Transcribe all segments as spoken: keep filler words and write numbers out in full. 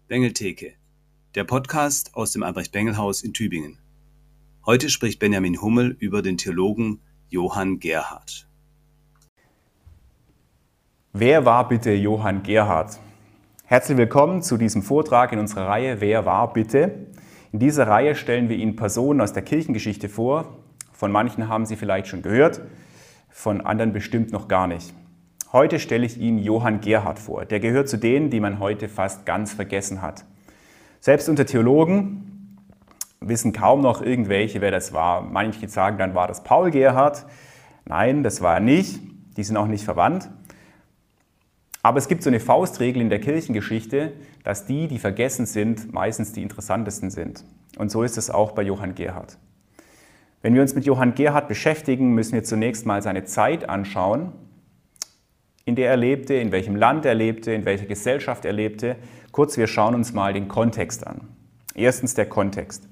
Bengeltheke, der Podcast aus dem Albrecht-Bengel-Haus in Tübingen. Heute spricht Benjamin Hummel über den Theologen Johann Gerhard. Wer war bitte Johann Gerhard? Herzlich willkommen zu diesem Vortrag in unserer Reihe Wer war bitte? In dieser Reihe stellen wir Ihnen Personen aus der Kirchengeschichte vor. Von manchen haben Sie vielleicht schon gehört, von anderen bestimmt noch gar nicht. Heute stelle ich Ihnen Johann Gerhard vor. Der gehört zu denen, die man heute fast ganz vergessen hat. Selbst unter Theologen wissen kaum noch irgendwelche, wer das war. Manche sagen, dann war das Paul Gerhard. Nein, das war er nicht. Die sind auch nicht verwandt. Aber es gibt so eine Faustregel in der Kirchengeschichte, dass die, die vergessen sind, meistens die interessantesten sind. Und so ist es auch bei Johann Gerhard. Wenn wir uns mit Johann Gerhard beschäftigen, müssen wir zunächst mal seine Zeit anschauen, in der er lebte, in welchem Land er lebte, in welcher Gesellschaft er lebte. Kurz, wir schauen uns mal den Kontext an. Erstens der Kontext.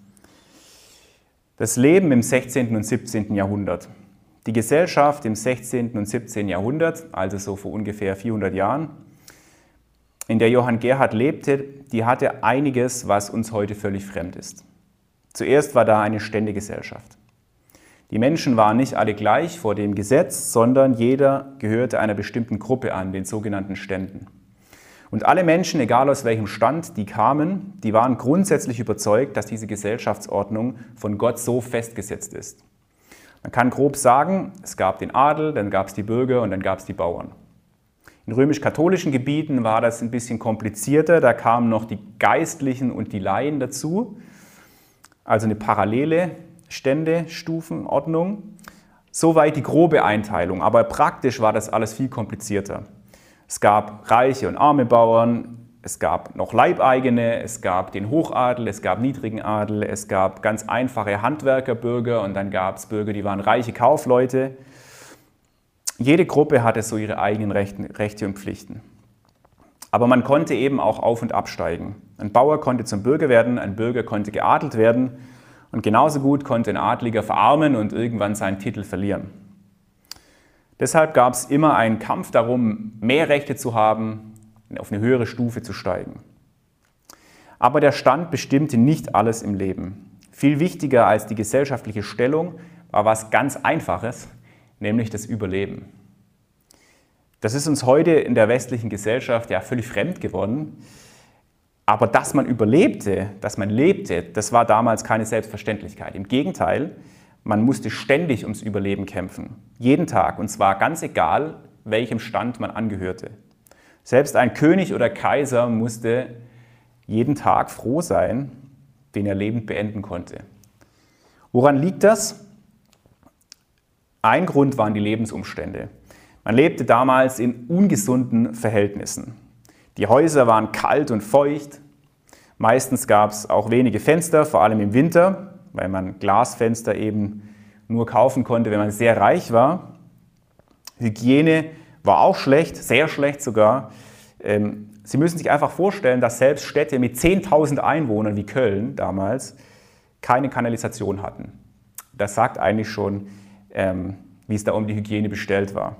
Das Leben im sechzehnten und siebzehnten Jahrhundert. Die Gesellschaft im sechzehnten und siebzehnten Jahrhundert, also so vor ungefähr vierhundert Jahren, in der Johann Gerhard lebte, die hatte einiges, was uns heute völlig fremd ist. Zuerst war da eine Ständegesellschaft. Die Menschen waren nicht alle gleich vor dem Gesetz, sondern jeder gehörte einer bestimmten Gruppe an, den sogenannten Ständen. Und alle Menschen, egal aus welchem Stand die kamen, die waren grundsätzlich überzeugt, dass diese Gesellschaftsordnung von Gott so festgesetzt ist. Man kann grob sagen, es gab den Adel, dann gab es die Bürger und dann gab es die Bauern. In römisch-katholischen Gebieten war das ein bisschen komplizierter, da kamen noch die Geistlichen und die Laien dazu, also eine parallele Ständestufenordnung. Soweit die grobe Einteilung, aber praktisch war das alles viel komplizierter. Es gab reiche und arme Bauern, es gab noch Leibeigene, es gab den Hochadel, es gab niedrigen Adel, es gab ganz einfache Handwerkerbürger und dann gab es Bürger, die waren reiche Kaufleute. Jede Gruppe hatte so ihre eigenen Rechte und Pflichten. Aber man konnte eben auch auf- und absteigen. Ein Bauer konnte zum Bürger werden, ein Bürger konnte geadelt werden. Und genauso gut konnte ein Adliger verarmen und irgendwann seinen Titel verlieren. Deshalb gab es immer einen Kampf darum, mehr Rechte zu haben, auf eine höhere Stufe zu steigen. Aber der Stand bestimmte nicht alles im Leben. Viel wichtiger als die gesellschaftliche Stellung war was ganz Einfaches, nämlich das Überleben. Das ist uns heute in der westlichen Gesellschaft ja völlig fremd geworden. Aber dass man überlebte, dass man lebte, das war damals keine Selbstverständlichkeit. Im Gegenteil, man musste ständig ums Überleben kämpfen. Jeden Tag. Und zwar ganz egal, welchem Stand man angehörte. Selbst ein König oder Kaiser musste jeden Tag froh sein, den er lebend beenden konnte. Woran liegt das? Ein Grund waren die Lebensumstände. Man lebte damals in ungesunden Verhältnissen. Die Häuser waren kalt und feucht. Meistens gab es auch wenige Fenster, vor allem im Winter, weil man Glasfenster eben nur kaufen konnte, wenn man sehr reich war. Hygiene war auch schlecht, sehr schlecht sogar. Sie müssen sich einfach vorstellen, dass selbst Städte mit zehntausend Einwohnern wie Köln damals keine Kanalisation hatten. Das sagt eigentlich schon, wie es da um die Hygiene bestellt war.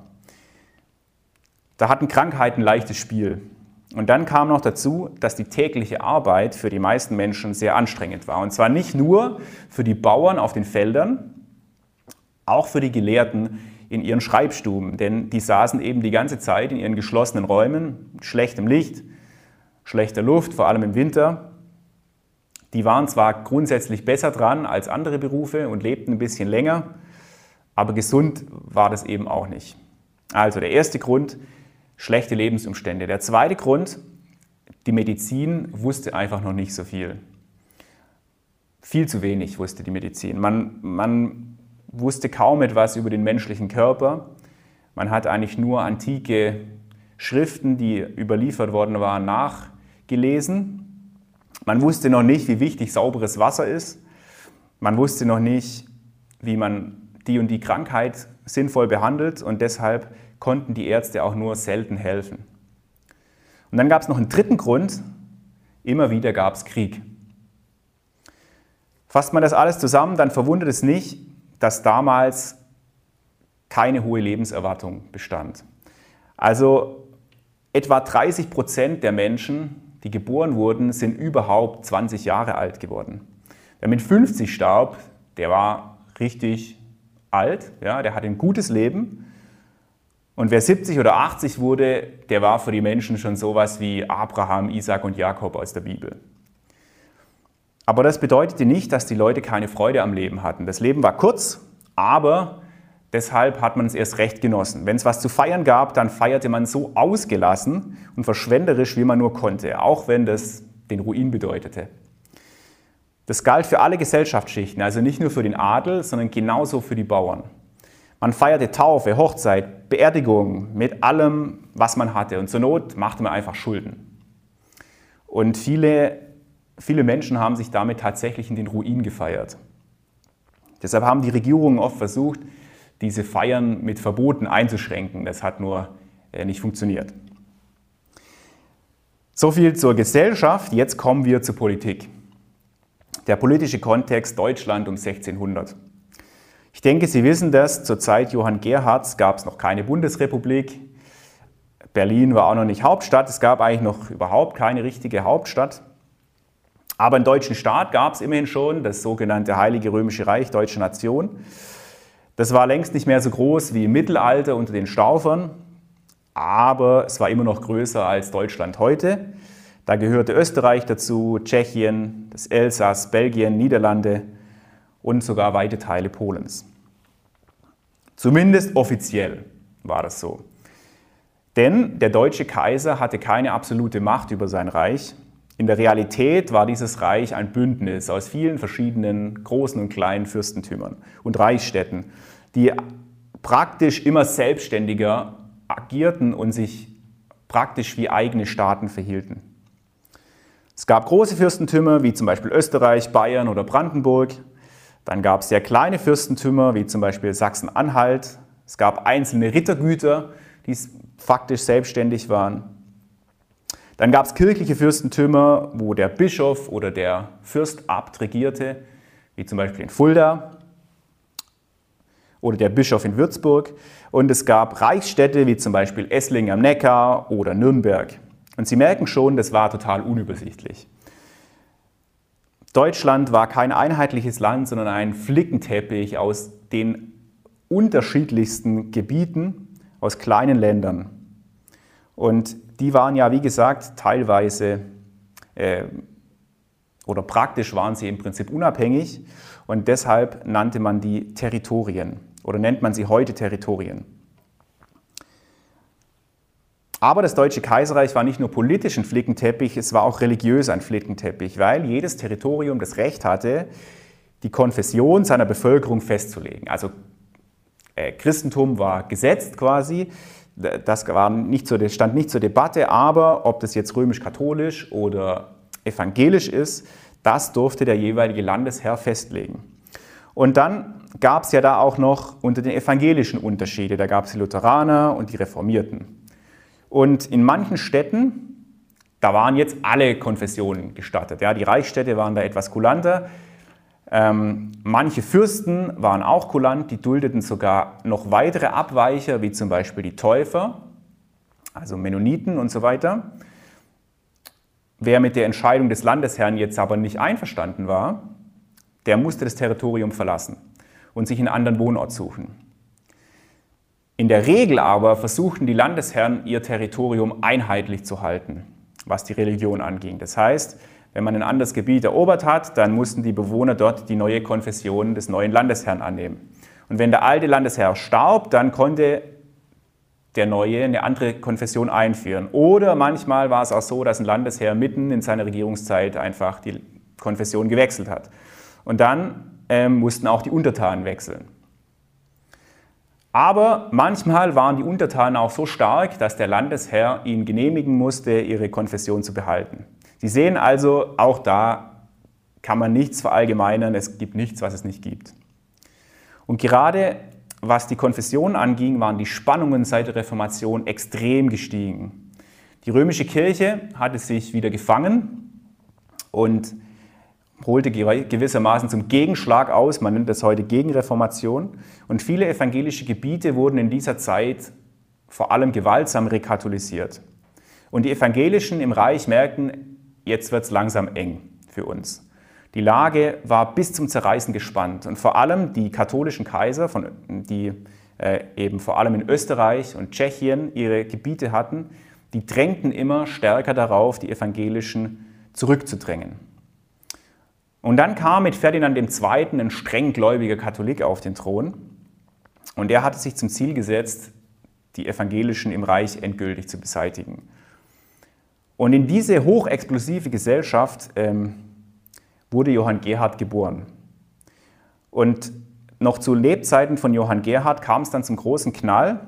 Da hatten Krankheiten ein leichtes Spiel. Und dann kam noch dazu, dass die tägliche Arbeit für die meisten Menschen sehr anstrengend war. Und zwar nicht nur für die Bauern auf den Feldern, auch für die Gelehrten in ihren Schreibstuben. Denn die saßen eben die ganze Zeit in ihren geschlossenen Räumen, mit schlechtem Licht, schlechter Luft, vor allem im Winter. Die waren zwar grundsätzlich besser dran als andere Berufe und lebten ein bisschen länger, aber gesund war das eben auch nicht. Also der erste Grund: schlechte Lebensumstände. Der zweite Grund: die Medizin wusste einfach noch nicht so viel. Viel zu wenig wusste die Medizin. Man, man wusste kaum etwas über den menschlichen Körper. Man hat eigentlich nur antike Schriften, die überliefert worden waren, nachgelesen. Man wusste noch nicht, wie wichtig sauberes Wasser ist. Man wusste noch nicht, wie man die und die Krankheit sinnvoll behandelt, und deshalb konnten die Ärzte auch nur selten helfen. Und dann gab es noch einen dritten Grund: immer wieder gab es Krieg. Fasst man das alles zusammen, dann verwundert es nicht, dass damals keine hohe Lebenserwartung bestand. Also etwa dreißig Prozent der Menschen, die geboren wurden, sind überhaupt zwanzig Jahre alt geworden. Wer mit fünfzig starb, der war richtig alt, ja, der hatte ein gutes Leben. Und wer siebzig oder achtzig wurde, der war für die Menschen schon sowas wie Abraham, Isaak und Jakob aus der Bibel. Aber das bedeutete nicht, dass die Leute keine Freude am Leben hatten. Das Leben war kurz, aber deshalb hat man es erst recht genossen. Wenn es was zu feiern gab, dann feierte man so ausgelassen und verschwenderisch, wie man nur konnte, auch wenn das den Ruin bedeutete. Das galt für alle Gesellschaftsschichten, also nicht nur für den Adel, sondern genauso für die Bauern. Man feierte Taufe, Hochzeit, Beerdigung mit allem, was man hatte. Und zur Not machte man einfach Schulden. Und viele, viele Menschen haben sich damit tatsächlich in den Ruin gefeiert. Deshalb haben die Regierungen oft versucht, diese Feiern mit Verboten einzuschränken. Das hat nur nicht funktioniert. So viel zur Gesellschaft. Jetzt kommen wir zur Politik. Der politische Kontext Deutschland um sechzehnhundert. Ich denke, Sie wissen das, zur Zeit Johann Gerhards gab es noch keine Bundesrepublik. Berlin war auch noch nicht Hauptstadt, es gab eigentlich noch überhaupt keine richtige Hauptstadt. Aber einen deutschen Staat gab es immerhin schon, das sogenannte Heilige Römische Reich, Deutsche Nation. Das war längst nicht mehr so groß wie im Mittelalter unter den Staufern, aber es war immer noch größer als Deutschland heute. Da gehörte Österreich dazu, Tschechien, das Elsass, Belgien, Niederlande und sogar weite Teile Polens. Zumindest offiziell war das so. Denn der deutsche Kaiser hatte keine absolute Macht über sein Reich. In der Realität war dieses Reich ein Bündnis aus vielen verschiedenen großen und kleinen Fürstentümern und Reichsstädten, die praktisch immer selbstständiger agierten und sich praktisch wie eigene Staaten verhielten. Es gab große Fürstentümer wie zum Beispiel Österreich, Bayern oder Brandenburg. Dann gab es sehr kleine Fürstentümer wie zum Beispiel Sachsen-Anhalt. Es gab einzelne Rittergüter, die faktisch selbstständig waren. Dann gab es kirchliche Fürstentümer, wo der Bischof oder der Fürstabt regierte, wie zum Beispiel in Fulda oder der Bischof in Würzburg. Und es gab Reichsstädte, wie zum Beispiel Esslingen am Neckar oder Nürnberg. Und Sie merken schon, das war total unübersichtlich. Deutschland war kein einheitliches Land, sondern ein Flickenteppich aus den unterschiedlichsten Gebieten, aus kleinen Ländern. Und die waren ja, wie gesagt, teilweise äh, oder praktisch waren sie im Prinzip unabhängig und deshalb nannte man die Territorien oder nennt man sie heute Territorien. Aber das Deutsche Kaiserreich war nicht nur politisch ein Flickenteppich, es war auch religiös ein Flickenteppich, weil jedes Territorium das Recht hatte, die Konfession seiner Bevölkerung festzulegen. Also äh, Christentum war gesetzt quasi, das war nicht zur, stand nicht zur Debatte, aber ob das jetzt römisch-katholisch oder evangelisch ist, das durfte der jeweilige Landesherr festlegen. Und dann gab es ja da auch noch unter den evangelischen Unterschiede, da gab es die Lutheraner und die Reformierten. Und in manchen Städten, da waren jetzt alle Konfessionen gestattet. Ja, die Reichsstädte waren da etwas kulanter. Ähm, manche Fürsten waren auch kulant, die duldeten sogar noch weitere Abweicher, wie zum Beispiel die Täufer, also Mennoniten und so weiter. Wer mit der Entscheidung des Landesherrn jetzt aber nicht einverstanden war, der musste das Territorium verlassen und sich einen anderen Wohnort suchen. In der Regel aber versuchten die Landesherren, ihr Territorium einheitlich zu halten, was die Religion anging. Das heißt, wenn man ein anderes Gebiet erobert hat, dann mussten die Bewohner dort die neue Konfession des neuen Landesherrn annehmen. Und wenn der alte Landesherr starb, dann konnte der neue eine andere Konfession einführen. Oder manchmal war es auch so, dass ein Landesherr mitten in seiner Regierungszeit einfach die Konfession gewechselt hat. Und dann ähm, mussten auch die Untertanen wechseln. Aber manchmal waren die Untertanen auch so stark, dass der Landesherr ihnen genehmigen musste, ihre Konfession zu behalten. Sie sehen also, auch da kann man nichts verallgemeinern, es gibt nichts, was es nicht gibt. Und gerade was die Konfession anging, waren die Spannungen seit der Reformation extrem gestiegen. Die römische Kirche hatte sich wieder gefangen und holte gewissermaßen zum Gegenschlag aus, man nennt das heute Gegenreformation. Und viele evangelische Gebiete wurden in dieser Zeit vor allem gewaltsam rekatholisiert. Und die Evangelischen im Reich merkten, jetzt wird es langsam eng für uns. Die Lage war bis zum Zerreißen gespannt und vor allem die katholischen Kaiser, von, die äh, eben vor allem in Österreich und Tschechien ihre Gebiete hatten, die drängten immer stärker darauf, die Evangelischen zurückzudrängen. Und dann kam mit Ferdinand der Zweite ein strenggläubiger Katholik auf den Thron und er hatte sich zum Ziel gesetzt, die Evangelischen im Reich endgültig zu beseitigen. Und in diese hochexplosive Gesellschaft ähm, wurde Johann Gerhard geboren. Und noch zu Lebzeiten von Johann Gerhard kam es dann zum großen Knall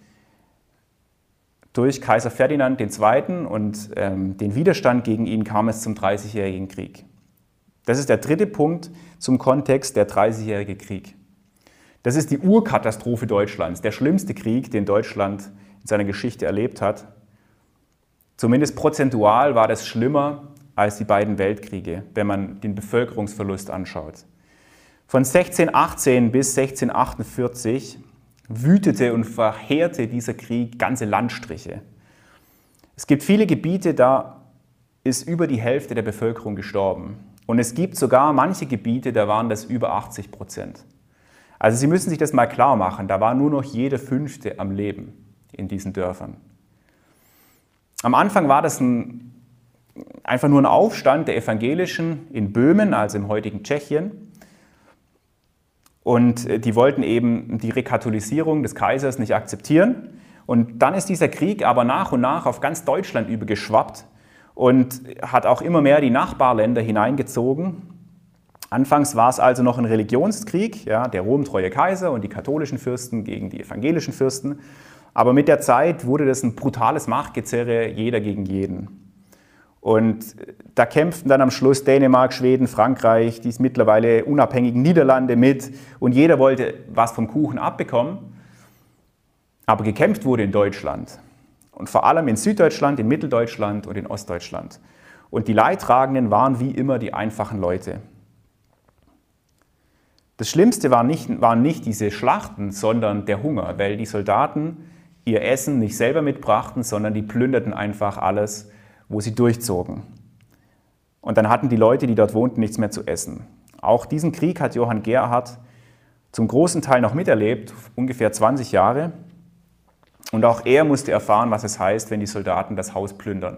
durch Kaiser Ferdinand der Zweite und ähm, den Widerstand gegen ihn kam es zum Dreißigjährigen Krieg. Das ist der dritte Punkt zum Kontext, der Dreißigjährige Krieg. Das ist die Urkatastrophe Deutschlands, der schlimmste Krieg, den Deutschland in seiner Geschichte erlebt hat. Zumindest prozentual war das schlimmer als die beiden Weltkriege, wenn man den Bevölkerungsverlust anschaut. Von sechzehnhundertachtzehn bis sechzehnhundertachtundvierzig wütete und verheerte dieser Krieg ganze Landstriche. Es gibt viele Gebiete, da ist über die Hälfte der Bevölkerung gestorben. Und es gibt sogar manche Gebiete, da waren das über achtzig Prozent. Also Sie müssen sich das mal klar machen, da war nur noch jeder Fünfte am Leben in diesen Dörfern. Am Anfang war das ein, einfach nur ein Aufstand der Evangelischen in Böhmen, also im heutigen Tschechien. Und die wollten eben die Rekatholisierung des Kaisers nicht akzeptieren. Und dann ist dieser Krieg aber nach und nach auf ganz Deutschland übergeschwappt und hat auch immer mehr die Nachbarländer hineingezogen. Anfangs war es also noch ein Religionskrieg, ja, der romtreue Kaiser und die katholischen Fürsten gegen die evangelischen Fürsten. Aber mit der Zeit wurde das ein brutales Machtgezerre, jeder gegen jeden. Und da kämpften dann am Schluss Dänemark, Schweden, Frankreich, die mittlerweile unabhängigen Niederlande mit und jeder wollte was vom Kuchen abbekommen. Aber gekämpft wurde in Deutschland und vor allem in Süddeutschland, in Mitteldeutschland und in Ostdeutschland. Und die Leidtragenden waren wie immer die einfachen Leute. Das Schlimmste waren nicht, waren nicht diese Schlachten, sondern der Hunger, weil die Soldaten ihr Essen nicht selber mitbrachten, sondern die plünderten einfach alles, wo sie durchzogen. Und dann hatten die Leute, die dort wohnten, nichts mehr zu essen. Auch diesen Krieg hat Johann Gerhard zum großen Teil noch miterlebt, ungefähr zwanzig Jahre. Und auch er musste erfahren, was es heißt, wenn die Soldaten das Haus plündern.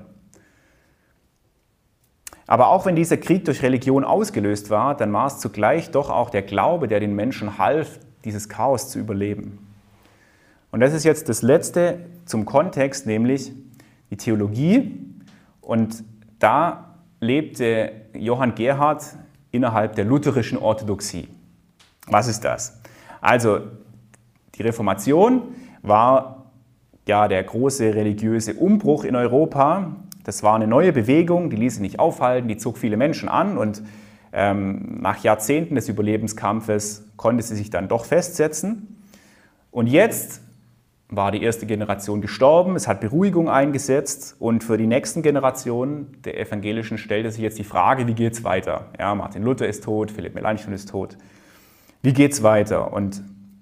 Aber auch wenn dieser Krieg durch Religion ausgelöst war, dann war es zugleich doch auch der Glaube, der den Menschen half, dieses Chaos zu überleben. Und das ist jetzt das Letzte zum Kontext, nämlich die Theologie. Und da lebte Johann Gerhard innerhalb der lutherischen Orthodoxie. Was ist das? Also die Reformation war ja der große religiöse Umbruch in Europa. Das war eine neue Bewegung, die ließ sich nicht aufhalten, die zog viele Menschen an und ähm, nach Jahrzehnten des Überlebenskampfes konnte sie sich dann doch festsetzen. Und jetzt war die erste Generation gestorben, es hat Beruhigung eingesetzt und für die nächsten Generationen der Evangelischen stellte sich jetzt die Frage, wie geht es weiter? Ja, Martin Luther ist tot, Philipp Melanchthon ist tot. Wie geht es weiter? Und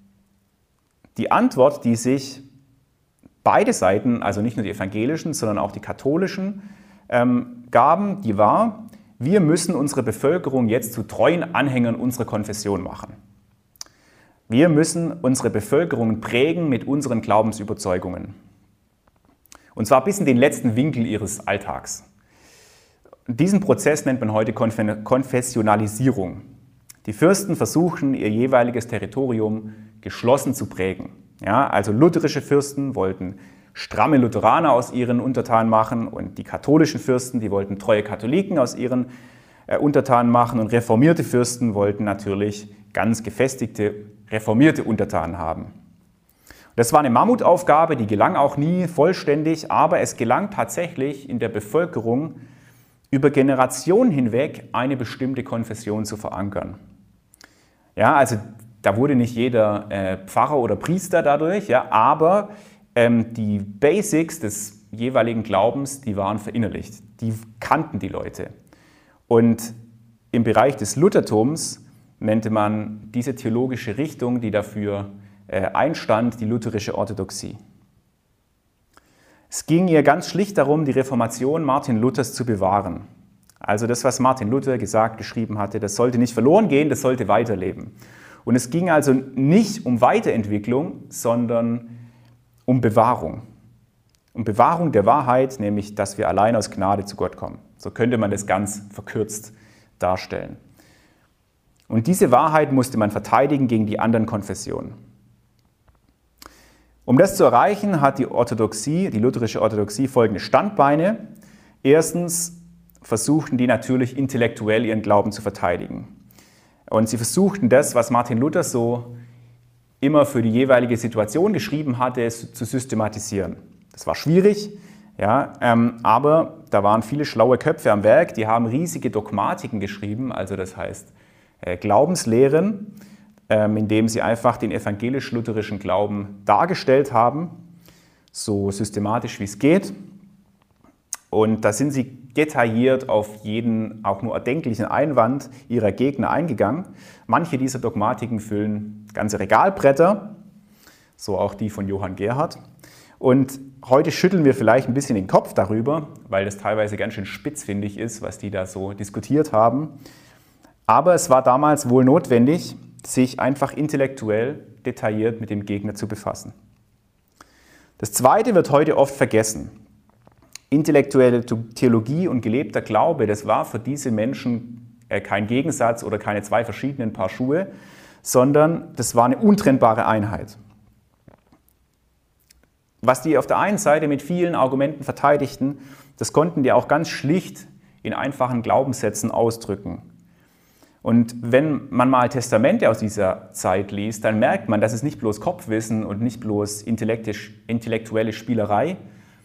die Antwort, die sich beide Seiten, also nicht nur die evangelischen, sondern auch die katholischen, ähm, gaben, die war, wir müssen unsere Bevölkerung jetzt zu treuen Anhängern unserer Konfession machen. Wir müssen unsere Bevölkerung prägen mit unseren Glaubensüberzeugungen. Und zwar bis in den letzten Winkel ihres Alltags. Diesen Prozess nennt man heute Konfessionalisierung. Die Fürsten versuchen, ihr jeweiliges Territorium geschlossen zu prägen. Ja, also lutherische Fürsten wollten stramme Lutheraner aus ihren Untertanen machen und die katholischen Fürsten, die wollten treue Katholiken aus ihren äh, Untertanen machen und reformierte Fürsten wollten natürlich ganz gefestigte, reformierte Untertanen haben. Das war eine Mammutaufgabe, die gelang auch nie vollständig, aber es gelang tatsächlich in der Bevölkerung über Generationen hinweg eine bestimmte Konfession zu verankern. Ja, also da wurde nicht jeder äh, Pfarrer oder Priester dadurch, ja, aber ähm, die Basics des jeweiligen Glaubens, die waren verinnerlicht, die kannten die Leute. Und im Bereich des Luthertums nannte man diese theologische Richtung, die dafür äh, einstand, die lutherische Orthodoxie. Es ging ihr ganz schlicht darum, die Reformation Martin Luthers zu bewahren. Also das, was Martin Luther gesagt, geschrieben hatte, das sollte nicht verloren gehen, das sollte weiterleben. Und es ging also nicht um Weiterentwicklung, sondern um Bewahrung. Um Bewahrung der Wahrheit, nämlich, dass wir allein aus Gnade zu Gott kommen. So könnte man das ganz verkürzt darstellen. Und diese Wahrheit musste man verteidigen gegen die anderen Konfessionen. Um das zu erreichen, hat die Orthodoxie, die lutherische Orthodoxie, folgende Standbeine. Erstens versuchten die natürlich intellektuell ihren Glauben zu verteidigen. Und sie versuchten das, was Martin Luther so immer für die jeweilige Situation geschrieben hatte, zu systematisieren. Das war schwierig, ja, ähm, aber da waren viele schlaue Köpfe am Werk, die haben riesige Dogmatiken geschrieben, also das heißt äh, Glaubenslehren, ähm, indem sie einfach den evangelisch-lutherischen Glauben dargestellt haben, so systematisch wie es geht. Und da sind sie detailliert auf jeden auch nur erdenklichen Einwand ihrer Gegner eingegangen. Manche dieser Dogmatiken füllen ganze Regalbretter, so auch die von Johann Gerhard. Und heute schütteln wir vielleicht ein bisschen den Kopf darüber, weil das teilweise ganz schön spitzfindig ist, was die da so diskutiert haben. Aber es war damals wohl notwendig, sich einfach intellektuell detailliert mit dem Gegner zu befassen. Das Zweite wird heute oft vergessen. Intellektuelle Theologie und gelebter Glaube, das war für diese Menschen kein Gegensatz oder keine zwei verschiedenen Paar Schuhe, sondern das war eine untrennbare Einheit. Was die auf der einen Seite mit vielen Argumenten verteidigten, das konnten die auch ganz schlicht in einfachen Glaubenssätzen ausdrücken. Und wenn man mal Testamente aus dieser Zeit liest, dann merkt man, dass es nicht bloß Kopfwissen und nicht bloß intellektuelle Spielerei,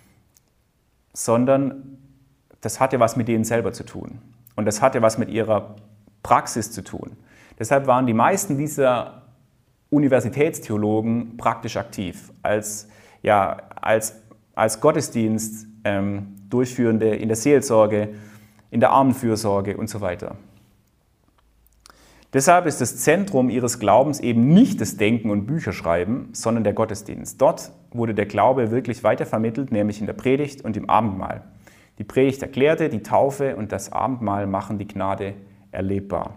sondern das hatte was mit denen selber zu tun. Und das hatte was mit ihrer Praxis zu tun. Deshalb waren die meisten dieser Universitätstheologen praktisch aktiv, als, ja, als, als Gottesdienst ähm, Durchführende in der Seelsorge, in der Armenfürsorge und so weiter. Deshalb ist das Zentrum ihres Glaubens eben nicht das Denken und Bücherschreiben, sondern der Gottesdienst. Dort wurde der Glaube wirklich weitervermittelt, nämlich in der Predigt und im Abendmahl. Die Predigt erklärte, die Taufe und das Abendmahl machen die Gnade erlebbar.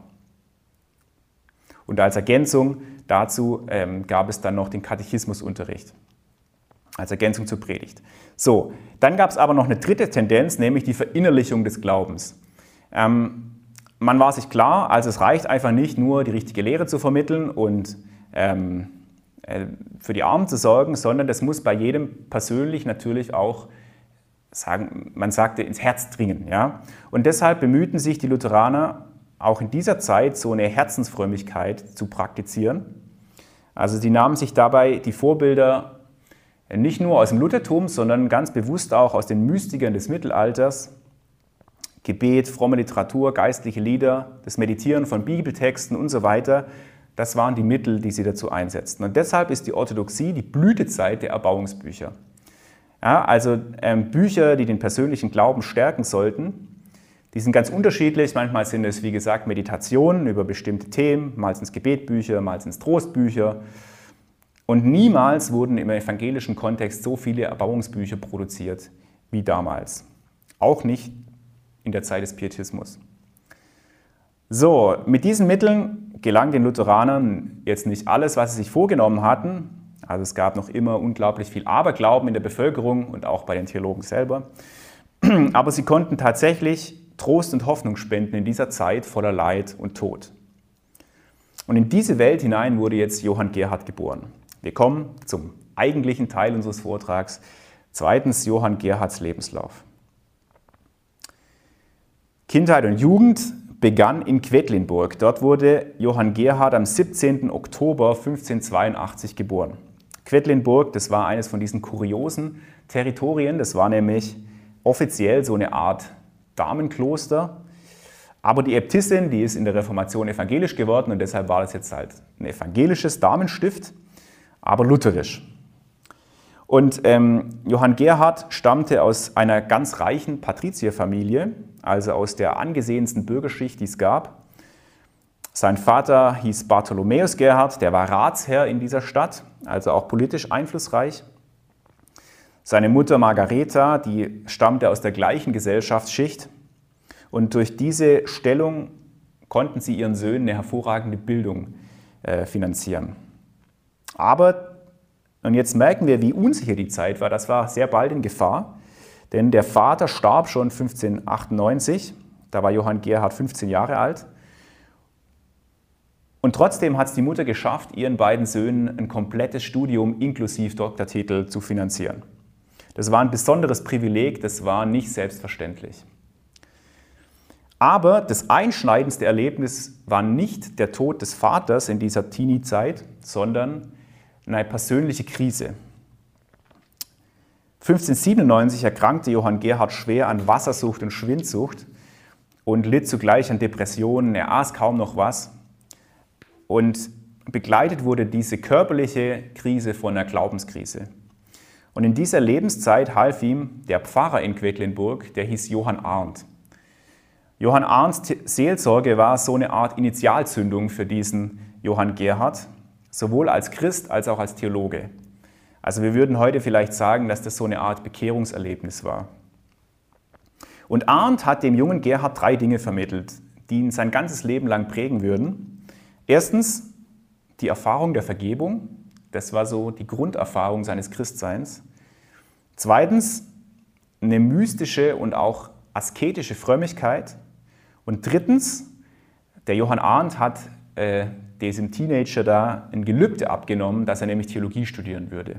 Und als Ergänzung dazu ähm, gab es dann noch den Katechismusunterricht, als Ergänzung zur Predigt. So, dann gab es aber noch eine dritte Tendenz, nämlich die Verinnerlichung des Glaubens. Ähm, Man war sich klar, also es reicht einfach nicht nur, die richtige Lehre zu vermitteln und ähm, äh, für die Armen zu sorgen, sondern das muss bei jedem persönlich natürlich auch, sagen, man sagte, ins Herz dringen. Ja? Und deshalb bemühten sich die Lutheraner auch in dieser Zeit so eine Herzensfrömmigkeit zu praktizieren. Also sie nahmen sich dabei die Vorbilder nicht nur aus dem Luthertum, sondern ganz bewusst auch aus den Mystikern des Mittelalters. Gebet, fromme Literatur, geistliche Lieder, das Meditieren von Bibeltexten und so weiter, das waren die Mittel, die sie dazu einsetzten. Und deshalb ist die Orthodoxie die Blütezeit der Erbauungsbücher. Ja, also ähm, Bücher, die den persönlichen Glauben stärken sollten, die sind ganz unterschiedlich. Manchmal sind es, wie gesagt, Meditationen über bestimmte Themen, mal sind es Gebetbücher, mal sind es Trostbücher. Und niemals wurden im evangelischen Kontext so viele Erbauungsbücher produziert wie damals. Auch nicht in der Zeit des Pietismus. So, mit diesen Mitteln gelang den Lutheranern jetzt nicht alles, was sie sich vorgenommen hatten. Also es gab noch immer unglaublich viel Aberglauben in der Bevölkerung und auch bei den Theologen selber. Aber sie konnten tatsächlich Trost und Hoffnung spenden in dieser Zeit voller Leid und Tod. Und in diese Welt hinein wurde jetzt Johann Gerhard geboren. Wir kommen zum eigentlichen Teil unseres Vortrags. Zweitens Johann Gerhards Lebenslauf. Kindheit und Jugend begann in Quedlinburg. Dort wurde Johann Gerhard am siebzehnten Oktober fünfzehnhundertzweiundachtzig geboren. Quedlinburg, das war eines von diesen kuriosen Territorien. Das war nämlich offiziell so eine Art Damenkloster. Aber die Äbtissin, die ist in der Reformation evangelisch geworden und deshalb war das jetzt halt ein evangelisches Damenstift, aber lutherisch. Und ähm, Johann Gerhard stammte aus einer ganz reichen Patrizierfamilie, also aus der angesehensten Bürgerschicht, die es gab. Sein Vater hieß Bartholomäus Gerhard, der war Ratsherr in dieser Stadt, also auch politisch einflussreich. Seine Mutter Margareta, die stammte aus der gleichen Gesellschaftsschicht. Und durch diese Stellung konnten sie ihren Söhnen eine hervorragende Bildung äh, finanzieren. Aber, und jetzt merken wir, wie unsicher die Zeit war, das war sehr bald in Gefahr, denn der Vater starb schon fünfzehnhundertachtundneunzig, da war Johann Gerhard fünfzehn Jahre alt. Und trotzdem hat es die Mutter geschafft, ihren beiden Söhnen ein komplettes Studium inklusive Doktortitel zu finanzieren. Das war ein besonderes Privileg, das war nicht selbstverständlich. Aber das einschneidendste Erlebnis war nicht der Tod des Vaters in dieser Teenie-Zeit, sondern eine persönliche Krise. fünfzehnhundertsiebenundneunzig erkrankte Johann Gerhard schwer an Wassersucht und Schwindsucht und litt zugleich an Depressionen. Er aß kaum noch was. Und begleitet wurde diese körperliche Krise von einer Glaubenskrise. Und in dieser Lebenszeit half ihm der Pfarrer in Quedlinburg, der hieß Johann Arndt. Johann Arndts Seelsorge war so eine Art Initialzündung für diesen Johann Gerhard, sowohl als Christ als auch als Theologe. Also wir würden heute vielleicht sagen, dass das so eine Art Bekehrungserlebnis war. Und Arndt hat dem jungen Gerhard drei Dinge vermittelt, die ihn sein ganzes Leben lang prägen würden. Erstens die Erfahrung der Vergebung, das war so die Grunderfahrung seines Christseins. Zweitens eine mystische und auch asketische Frömmigkeit. Und drittens, der Johann Arndt hat äh, diesem Teenager da ein Gelübde abgenommen, dass er nämlich Theologie studieren würde.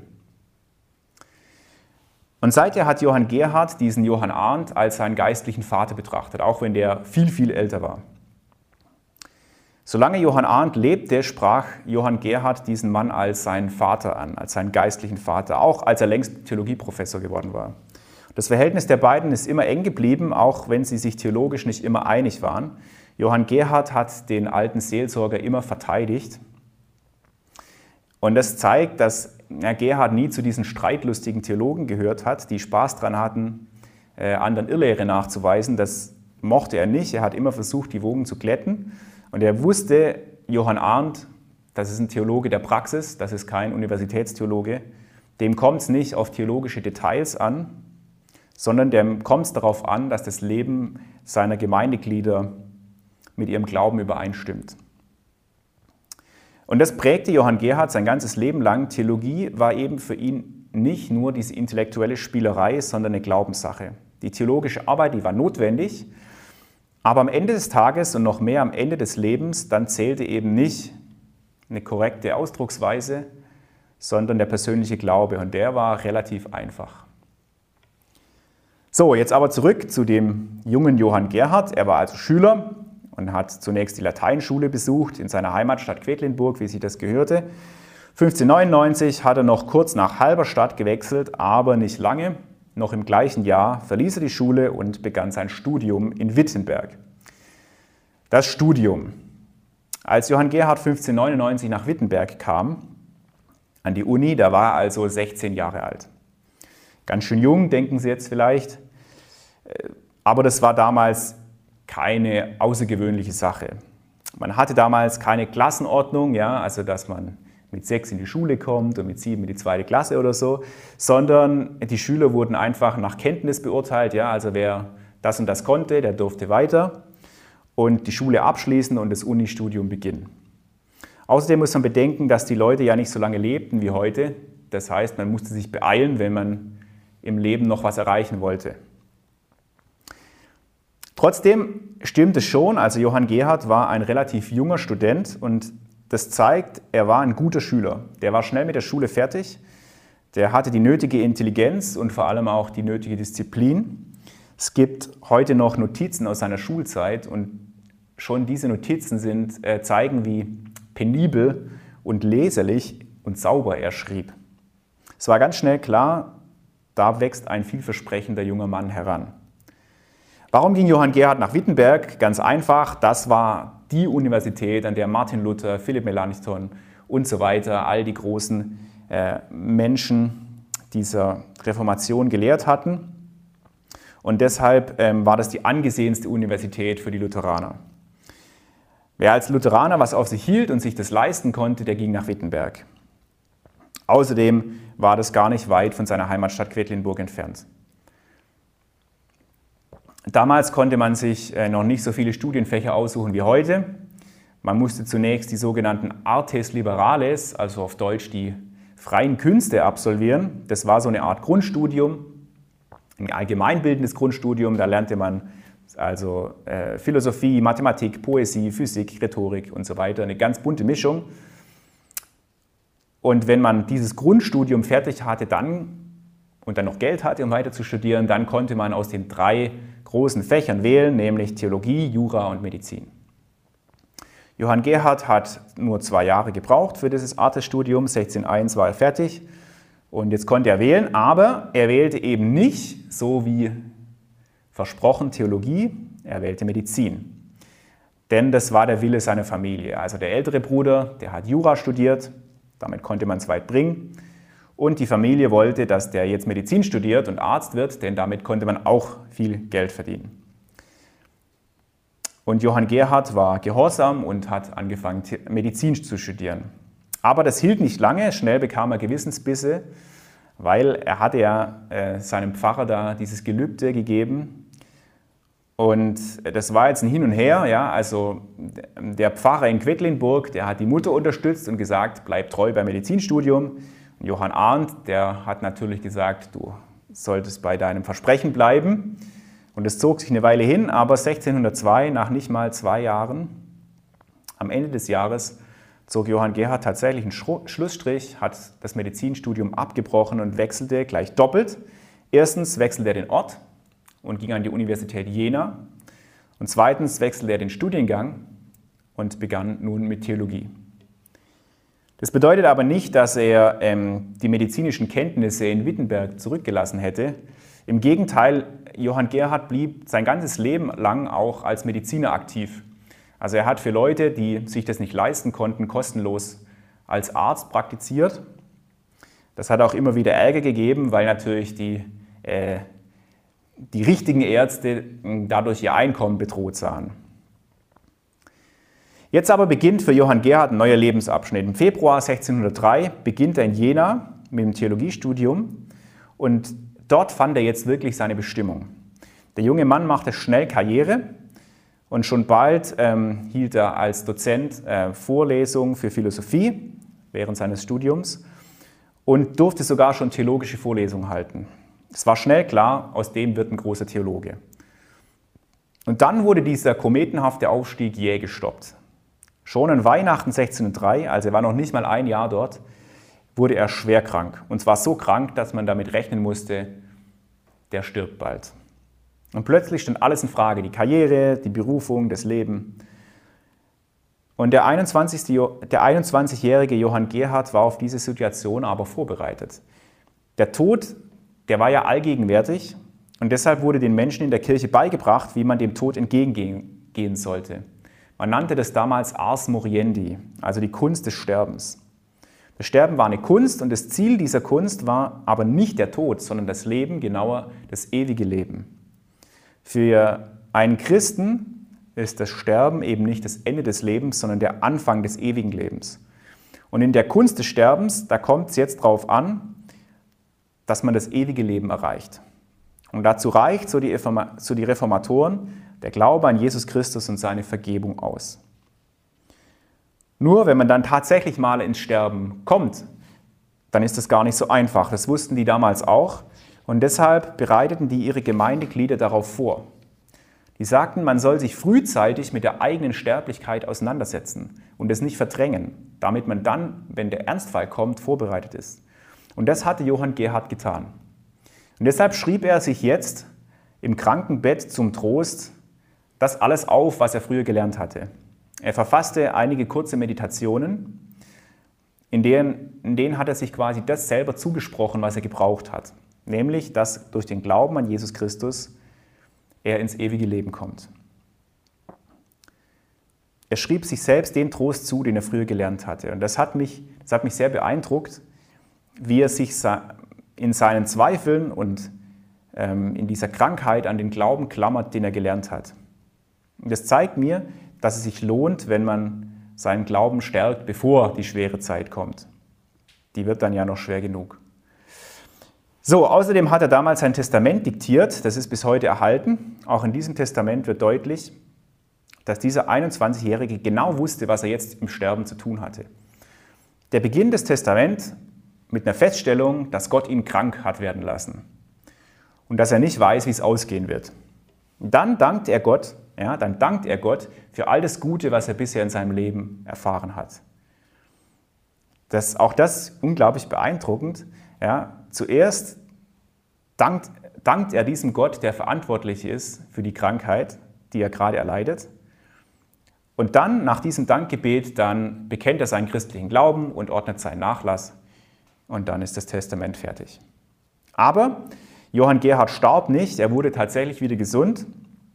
Und seither hat Johann Gerhard diesen Johann Arndt als seinen geistlichen Vater betrachtet, auch wenn der viel, viel älter war. Solange Johann Arndt lebte, sprach Johann Gerhard diesen Mann als seinen Vater an, als seinen geistlichen Vater, auch als er längst Theologieprofessor geworden war. Das Verhältnis der beiden ist immer eng geblieben, auch wenn sie sich theologisch nicht immer einig waren. Johann Gerhard hat den alten Seelsorger immer verteidigt. Und das zeigt, dass ja, Gerhard nie zu diesen streitlustigen Theologen gehört hat, die Spaß daran hatten, äh, anderen Irrlehre nachzuweisen. Das mochte er nicht. Er hat immer versucht, die Wogen zu glätten. Und er wusste, Johann Arndt, das ist ein Theologe der Praxis, das ist kein Universitätstheologe, dem kommt es nicht auf theologische Details an, sondern dem kommt es darauf an, dass das Leben seiner Gemeindeglieder mit ihrem Glauben übereinstimmt. Und das prägte Johann Gerhard sein ganzes Leben lang. Theologie war eben für ihn nicht nur diese intellektuelle Spielerei, sondern eine Glaubenssache. Die theologische Arbeit, die war notwendig, aber am Ende des Tages und noch mehr am Ende des Lebens, dann zählte eben nicht eine korrekte Ausdrucksweise, sondern der persönliche Glaube. Und der war relativ einfach. So, jetzt aber zurück zu dem jungen Johann Gerhard. Er war also Schüler und hat zunächst die Lateinschule besucht in seiner Heimatstadt Quedlinburg, wie sich das gehörte. fünfzehnhundertneunundneunzig hat er noch kurz nach Halberstadt gewechselt, aber nicht lange. Noch im gleichen Jahr verließ er die Schule und begann sein Studium in Wittenberg. Das Studium. Als Johann Gerhard fünfzehnhundertneunundneunzig nach Wittenberg kam, an die Uni, da war er also sechzehn Jahre alt. Ganz schön jung, denken Sie jetzt vielleicht, aber das war damals keine außergewöhnliche Sache. Man hatte damals keine Klassenordnung, ja, also dass man mit sechs in die Schule kommt und mit sieben in die zweite Klasse oder so, sondern die Schüler wurden einfach nach Kenntnis beurteilt. Ja, also wer das und das konnte, der durfte weiter und die Schule abschließen und das Unistudium beginnen. Außerdem muss man bedenken, dass die Leute ja nicht so lange lebten wie heute. Das heißt, man musste sich beeilen, wenn man im Leben noch was erreichen wollte. Trotzdem stimmt es schon, also Johann Gerhard war ein relativ junger Student und das zeigt, er war ein guter Schüler. Der war schnell mit der Schule fertig, der hatte die nötige Intelligenz und vor allem auch die nötige Disziplin. Es gibt heute noch Notizen aus seiner Schulzeit und schon diese Notizen sind, äh, zeigen, wie penibel und leserlich und sauber er schrieb. Es war ganz schnell klar, da wächst ein vielversprechender junger Mann heran. Warum ging Johann Gerhard nach Wittenberg? Ganz einfach, das war die Universität, an der Martin Luther, Philipp Melanchthon und so weiter, all die großen äh, Menschen dieser Reformation gelehrt hatten. Und deshalb ähm, war das die angesehenste Universität für die Lutheraner. Wer als Lutheraner was auf sich hielt und sich das leisten konnte, der ging nach Wittenberg. Außerdem war das gar nicht weit von seiner Heimatstadt Quedlinburg entfernt. Damals konnte man sich noch nicht so viele Studienfächer aussuchen wie heute. Man musste zunächst die sogenannten Artes Liberales, also auf Deutsch die freien Künste, absolvieren. Das war so eine Art Grundstudium, ein allgemeinbildendes Grundstudium. Da lernte man also äh, Philosophie, Mathematik, Poesie, Physik, Rhetorik und so weiter. Eine ganz bunte Mischung. Und wenn man dieses Grundstudium fertig hatte dann, und dann noch Geld hatte, um weiter zu studieren, dann konnte man aus den drei großen Fächern wählen, nämlich Theologie, Jura und Medizin. Johann Gerhard hat nur zwei Jahre gebraucht für dieses Artes-Studium, sechzehnhunderteins war er fertig und jetzt konnte er wählen, aber er wählte eben nicht, so wie versprochen, Theologie, er wählte Medizin. Denn das war der Wille seiner Familie. Also der ältere Bruder, der hat Jura studiert, damit konnte man es weit bringen. Und die Familie wollte, dass der jetzt Medizin studiert und Arzt wird, denn damit konnte man auch viel Geld verdienen. Und Johann Gerhard war gehorsam und hat angefangen, Medizin zu studieren. Aber das hielt nicht lange, schnell bekam er Gewissensbisse, weil er hatte ja äh, seinem Pfarrer da dieses Gelübde gegeben. Und das war jetzt ein Hin und Her, ja, also der Pfarrer in Quedlinburg, der hat die Mutter unterstützt und gesagt, bleib treu beim Medizinstudium. Und Johann Arndt, der hat natürlich gesagt, du solltest bei deinem Versprechen bleiben. Und es zog sich eine Weile hin, aber sechzehnhundertzwei, nach nicht mal zwei Jahren, am Ende des Jahres, zog Johann Gerhard tatsächlich einen Schlussstrich, hat das Medizinstudium abgebrochen und wechselte gleich doppelt. Erstens wechselte er den Ort und ging an die Universität Jena. Und zweitens wechselte er den Studiengang und begann nun mit Theologie. Das bedeutet aber nicht, dass er ähm, die medizinischen Kenntnisse in Wittenberg zurückgelassen hätte. Im Gegenteil, Johann Gerhard blieb sein ganzes Leben lang auch als Mediziner aktiv. Also er hat für Leute, die sich das nicht leisten konnten, kostenlos als Arzt praktiziert. Das hat auch immer wieder Ärger gegeben, weil natürlich die, äh, die richtigen Ärzte dadurch ihr Einkommen bedroht sahen. Jetzt aber beginnt für Johann Gerhard ein neuer Lebensabschnitt. Im Februar sechzehnhundertdrei beginnt er in Jena mit dem Theologiestudium und dort fand er jetzt wirklich seine Bestimmung. Der junge Mann machte schnell Karriere und schon bald ähm, hielt er als Dozent äh, Vorlesungen für Philosophie während seines Studiums und durfte sogar schon theologische Vorlesungen halten. Es war schnell klar, aus dem wird ein großer Theologe. Und dann wurde dieser kometenhafte Aufstieg jäh gestoppt. Schon an Weihnachten sechzehnhundertdrei, also er war noch nicht mal ein Jahr dort, wurde er schwer krank. Und zwar so krank, dass man damit rechnen musste, der stirbt bald. Und plötzlich stand alles in Frage, die Karriere, die Berufung, das Leben. Und der einundzwanzigjährige Johann Gerhard war auf diese Situation aber vorbereitet. Der Tod, der war ja allgegenwärtig und deshalb wurde den Menschen in der Kirche beigebracht, wie man dem Tod entgegengehen sollte. Man nannte das damals Ars Moriendi, also die Kunst des Sterbens. Das Sterben war eine Kunst und das Ziel dieser Kunst war aber nicht der Tod, sondern das Leben, genauer das ewige Leben. Für einen Christen ist das Sterben eben nicht das Ende des Lebens, sondern der Anfang des ewigen Lebens. Und in der Kunst des Sterbens, da kommt es jetzt darauf an, dass man das ewige Leben erreicht. Und dazu reicht, so die, so die Reformatoren, der Glaube an Jesus Christus und seine Vergebung aus. Nur wenn man dann tatsächlich mal ins Sterben kommt, dann ist das gar nicht so einfach. Das wussten die damals auch und deshalb bereiteten die ihre Gemeindeglieder darauf vor. Die sagten, man soll sich frühzeitig mit der eigenen Sterblichkeit auseinandersetzen und es nicht verdrängen, damit man dann, wenn der Ernstfall kommt, vorbereitet ist. Und das hatte Johann Gerhard getan. Und deshalb schrieb er sich jetzt im Krankenbett zum Trost das alles auf, was er früher gelernt hatte. Er verfasste einige kurze Meditationen, in denen, in denen hat er sich quasi das selber zugesprochen, was er gebraucht hat. Nämlich, dass durch den Glauben an Jesus Christus er ins ewige Leben kommt. Er schrieb sich selbst den Trost zu, den er früher gelernt hatte. Und das hat mich, das hat mich sehr beeindruckt, wie er sich in seinen Zweifeln und ähm, in dieser Krankheit an den Glauben klammert, den er gelernt hat. Und das zeigt mir, dass es sich lohnt, wenn man seinen Glauben stärkt, bevor die schwere Zeit kommt. Die wird dann ja noch schwer genug. So, außerdem hat er damals sein Testament diktiert, das ist bis heute erhalten. Auch in diesem Testament wird deutlich, dass dieser einundzwanzigjährige genau wusste, was er jetzt im Sterben zu tun hatte. Der Beginn des Testaments mit einer Feststellung, dass Gott ihn krank hat werden lassen und dass er nicht weiß, wie es ausgehen wird. Dann dankt er Gott, ja, dann dankt er Gott für all das Gute, was er bisher in seinem Leben erfahren hat. Das, auch das ist unglaublich beeindruckend. Ja. Zuerst dankt, dankt er diesem Gott, der verantwortlich ist für die Krankheit, die er gerade erleidet. Und dann, nach diesem Dankgebet, dann bekennt er seinen christlichen Glauben und ordnet seinen Nachlass. Und dann ist das Testament fertig. Aber Johann Gerhard starb nicht, er wurde tatsächlich wieder gesund,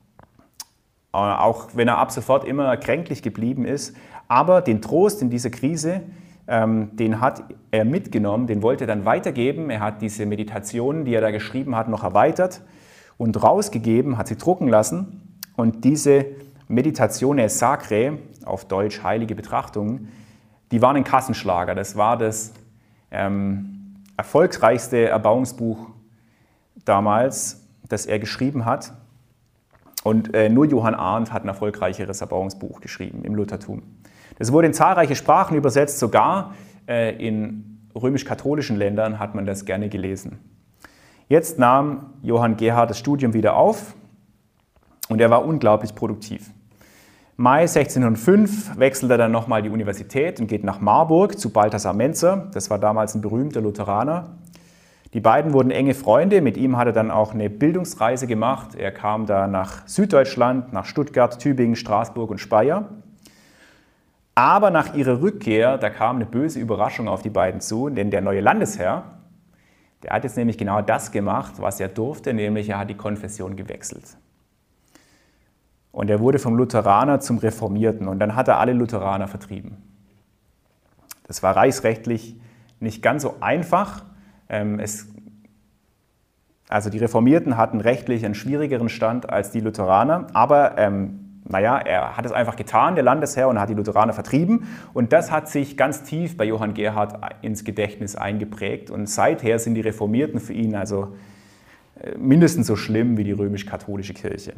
auch wenn er ab sofort immer kränklich geblieben ist. Aber den Trost in dieser Krise, ähm, den hat er mitgenommen, den wollte er dann weitergeben. Er hat diese Meditationen, die er da geschrieben hat, noch erweitert und rausgegeben, hat sie drucken lassen. Und diese Meditationes Sacrae, auf Deutsch heilige Betrachtungen, die waren ein Kassenschlager. Das war das ähm, erfolgreichste Erbauungsbuch damals, das er geschrieben hat. Und äh, nur Johann Arndt hat ein erfolgreicheres Erbauungsbuch geschrieben im Luthertum. Das wurde in zahlreiche Sprachen übersetzt, sogar äh, in römisch-katholischen Ländern hat man das gerne gelesen. Jetzt nahm Johann Gerhard das Studium wieder auf und er war unglaublich produktiv. Mai sechzehnhundertfünf wechselt er dann nochmal die Universität und geht nach Marburg zu Balthasar Menzer. Das war damals ein berühmter Lutheraner. Die beiden wurden enge Freunde. Mit ihm hat er dann auch eine Bildungsreise gemacht. Er kam da nach Süddeutschland, nach Stuttgart, Tübingen, Straßburg und Speyer. Aber nach ihrer Rückkehr, da kam eine böse Überraschung auf die beiden zu, denn der neue Landesherr, der hat jetzt nämlich genau das gemacht, was er durfte, nämlich er hat die Konfession gewechselt. Und er wurde vom Lutheraner zum Reformierten und dann hat er alle Lutheraner vertrieben. Das war reichsrechtlich nicht ganz so einfach. Es, also die Reformierten hatten rechtlich einen schwierigeren Stand als die Lutheraner, aber ähm, naja, er hat es einfach getan, der Landesherr, und hat die Lutheraner vertrieben. Und das hat sich ganz tief bei Johann Gerhard ins Gedächtnis eingeprägt. Und seither sind die Reformierten für ihn also mindestens so schlimm wie die römisch-katholische Kirche.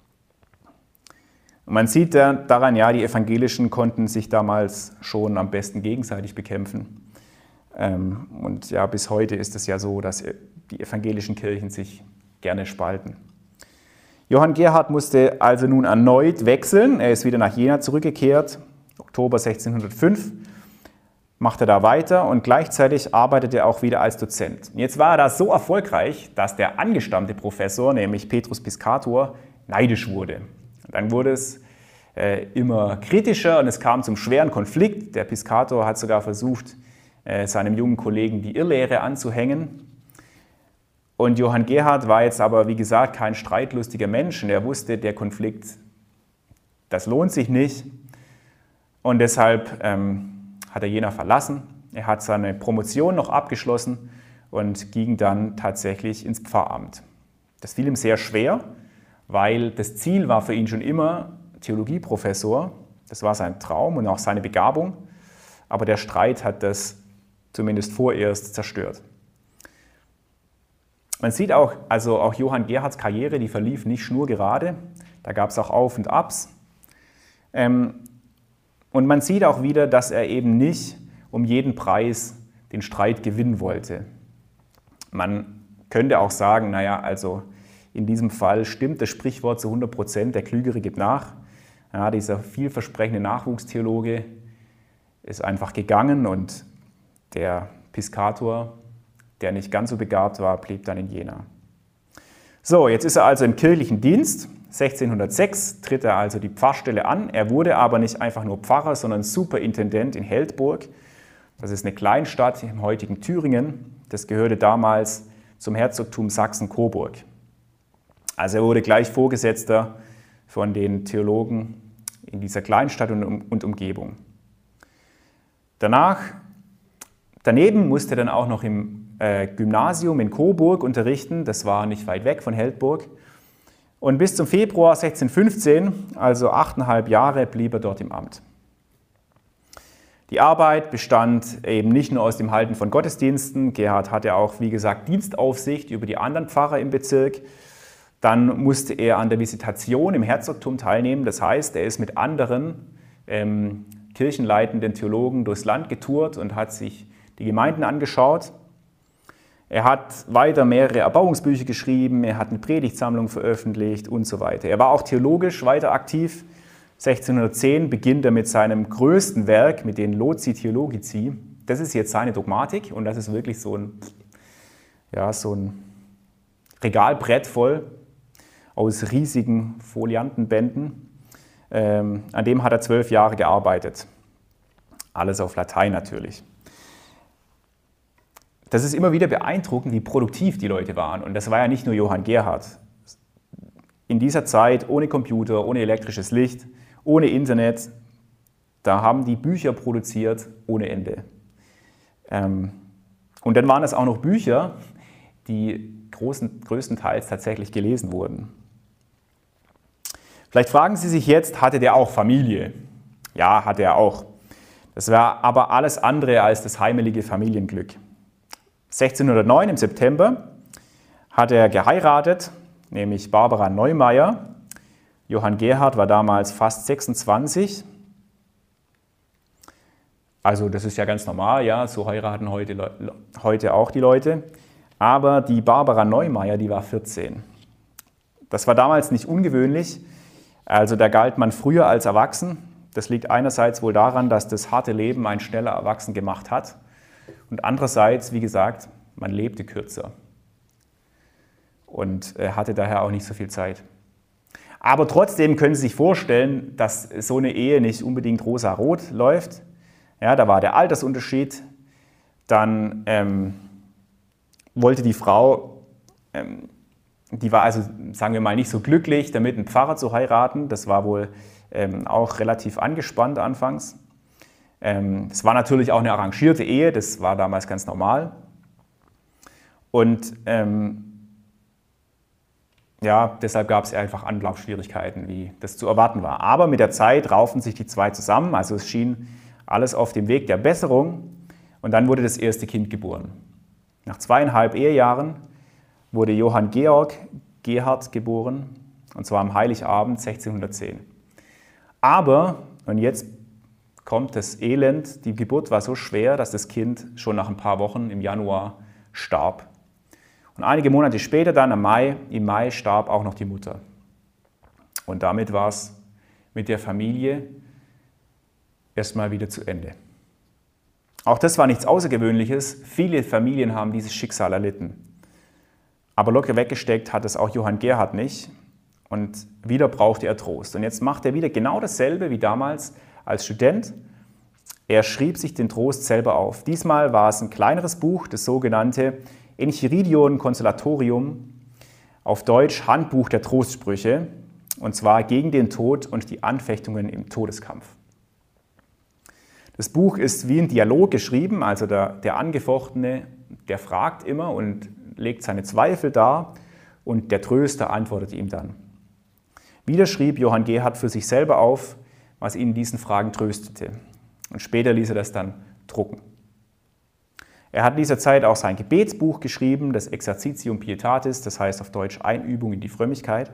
Und man sieht daran, ja, die Evangelischen konnten sich damals schon am besten gegenseitig bekämpfen. Und ja, bis heute ist es ja so, dass die evangelischen Kirchen sich gerne spalten. Johann Gerhard musste also nun erneut wechseln. Er ist wieder nach Jena zurückgekehrt, Oktober sechzehnhundertfünf, macht er da weiter und gleichzeitig arbeitet er auch wieder als Dozent. Jetzt war er da so erfolgreich, dass der angestammte Professor, nämlich Petrus Piscator, neidisch wurde. Dann wurde es äh, immer kritischer und es kam zum schweren Konflikt. Der Piscator hat sogar versucht, seinem jungen Kollegen die Irrlehre anzuhängen. Und Johann Gerhard war jetzt aber, wie gesagt, kein streitlustiger Mensch. Und er wusste, der Konflikt, das lohnt sich nicht. Und deshalb ähm, hat er Jena verlassen. Er hat seine Promotion noch abgeschlossen und ging dann tatsächlich ins Pfarramt. Das fiel ihm sehr schwer, weil das Ziel war für ihn schon immer Theologieprofessor. Das war sein Traum und auch seine Begabung. Aber der Streit hat das zumindest vorerst zerstört. Man sieht auch, also auch Johann Gerhards Karriere, die verlief nicht schnurgerade. Da gab es auch Auf und Abs. Ähm, und man sieht auch wieder, dass er eben nicht um jeden Preis den Streit gewinnen wollte. Man könnte auch sagen, naja, also in diesem Fall stimmt das Sprichwort zu hundert Prozent, der Klügere gibt nach. Ja, dieser vielversprechende Nachwuchstheologe ist einfach gegangen und der Piscator, der nicht ganz so begabt war, blieb dann in Jena. So, jetzt ist er also im kirchlichen Dienst. sechzehnhundertsechs tritt er also die Pfarrstelle an. Er wurde aber nicht einfach nur Pfarrer, sondern Superintendent in Heldburg. Das ist eine Kleinstadt im heutigen Thüringen. Das gehörte damals zum Herzogtum Sachsen-Coburg. Also er wurde gleich Vorgesetzter von den Theologen in dieser Kleinstadt und Umgebung. Danach, daneben musste er dann auch noch im äh, Gymnasium in Coburg unterrichten, das war nicht weit weg von Heldburg. Und bis zum Februar sechzehnhundertfünfzehn, also achteinhalb Jahre, blieb er dort im Amt. Die Arbeit bestand eben nicht nur aus dem Halten von Gottesdiensten. Gerhard hatte auch, wie gesagt, Dienstaufsicht über die anderen Pfarrer im Bezirk. Dann musste er an der Visitation im Herzogtum teilnehmen. Das heißt, er ist mit anderen ähm, kirchenleitenden Theologen durchs Land getourt und hat sich die Gemeinden angeschaut. Er hat weiter mehrere Erbauungsbücher geschrieben, er hat eine Predigtsammlung veröffentlicht und so weiter. Er war auch theologisch weiter aktiv. sechzehnhundertzehn beginnt er mit seinem größten Werk, mit den Loci Theologici. Das ist jetzt seine Dogmatik und das ist wirklich so ein, ja, so ein Regalbrett voll aus riesigen Foliantenbänden. Ähm, an dem hat er zwölf Jahre gearbeitet. Alles auf Latein natürlich. Das ist immer wieder beeindruckend, wie produktiv die Leute waren. Und das war ja nicht nur Johann Gerhard. In dieser Zeit ohne Computer, ohne elektrisches Licht, ohne Internet, da haben die Bücher produziert ohne Ende. Ähm, und dann waren es auch noch Bücher, die großen, größtenteils tatsächlich gelesen wurden. Vielleicht fragen Sie sich jetzt, hatte der auch Familie? Ja, hatte er auch. Das war aber alles andere als das heimelige Familienglück. sechzehnhundertneun im September hat er geheiratet, nämlich Barbara Neumeier. Johann Gerhard war damals fast sechsundzwanzig. Also das ist ja ganz normal, ja, so heiraten heute, heute auch die Leute. Aber die Barbara Neumeier, die war vierzehn. Das war damals nicht ungewöhnlich. Also da galt man früher als erwachsen. Das liegt einerseits wohl daran, dass das harte Leben einen schneller erwachsen gemacht hat. Und andererseits, wie gesagt, man lebte kürzer und hatte daher auch nicht so viel Zeit. Aber trotzdem können Sie sich vorstellen, dass so eine Ehe nicht unbedingt rosa-rot läuft. Ja, da war der Altersunterschied. Dann ähm, wollte die Frau, ähm, die war also, sagen wir mal, nicht so glücklich, damit einen Pfarrer zu heiraten. Das war wohl ähm, auch relativ angespannt anfangs. Ähm, es war natürlich auch eine arrangierte Ehe, das war damals ganz normal. Und ähm, ja, deshalb gab es einfach Anlaufschwierigkeiten, wie das zu erwarten war. Aber mit der Zeit rauften sich die zwei zusammen, also es schien alles auf dem Weg der Besserung. Und dann wurde das erste Kind geboren. Nach zweieinhalb Ehejahren wurde Johann Georg Gerhard geboren, und zwar am Heiligabend sechzehnhundertzehn. Aber, und jetzt kommt das Elend, die Geburt war so schwer, dass das Kind schon nach ein paar Wochen im Januar starb. Und einige Monate später, dann im Mai, im Mai starb auch noch die Mutter. Und damit war es mit der Familie erstmal wieder zu Ende. Auch das war nichts Außergewöhnliches. Viele Familien haben dieses Schicksal erlitten. Aber locker weggesteckt hat es auch Johann Gerhard nicht. Und wieder brauchte er Trost. Und jetzt macht er wieder genau dasselbe wie damals als Student. Er schrieb sich den Trost selber auf. Diesmal war es ein kleineres Buch, das sogenannte Enchiridion Consolatorium, auf Deutsch Handbuch der Trostsprüche, und zwar gegen den Tod und die Anfechtungen im Todeskampf. Das Buch ist wie ein Dialog geschrieben, also der, der Angefochtene, der fragt immer und legt seine Zweifel dar und der Tröster antwortet ihm dann. Wieder schrieb Johann Gerhard für sich selber auf, was ihn in diesen Fragen tröstete. Und später ließ er das dann drucken. Er hat in dieser Zeit auch sein Gebetsbuch geschrieben, das Exercitium Pietatis, das heißt auf Deutsch Einübung in die Frömmigkeit.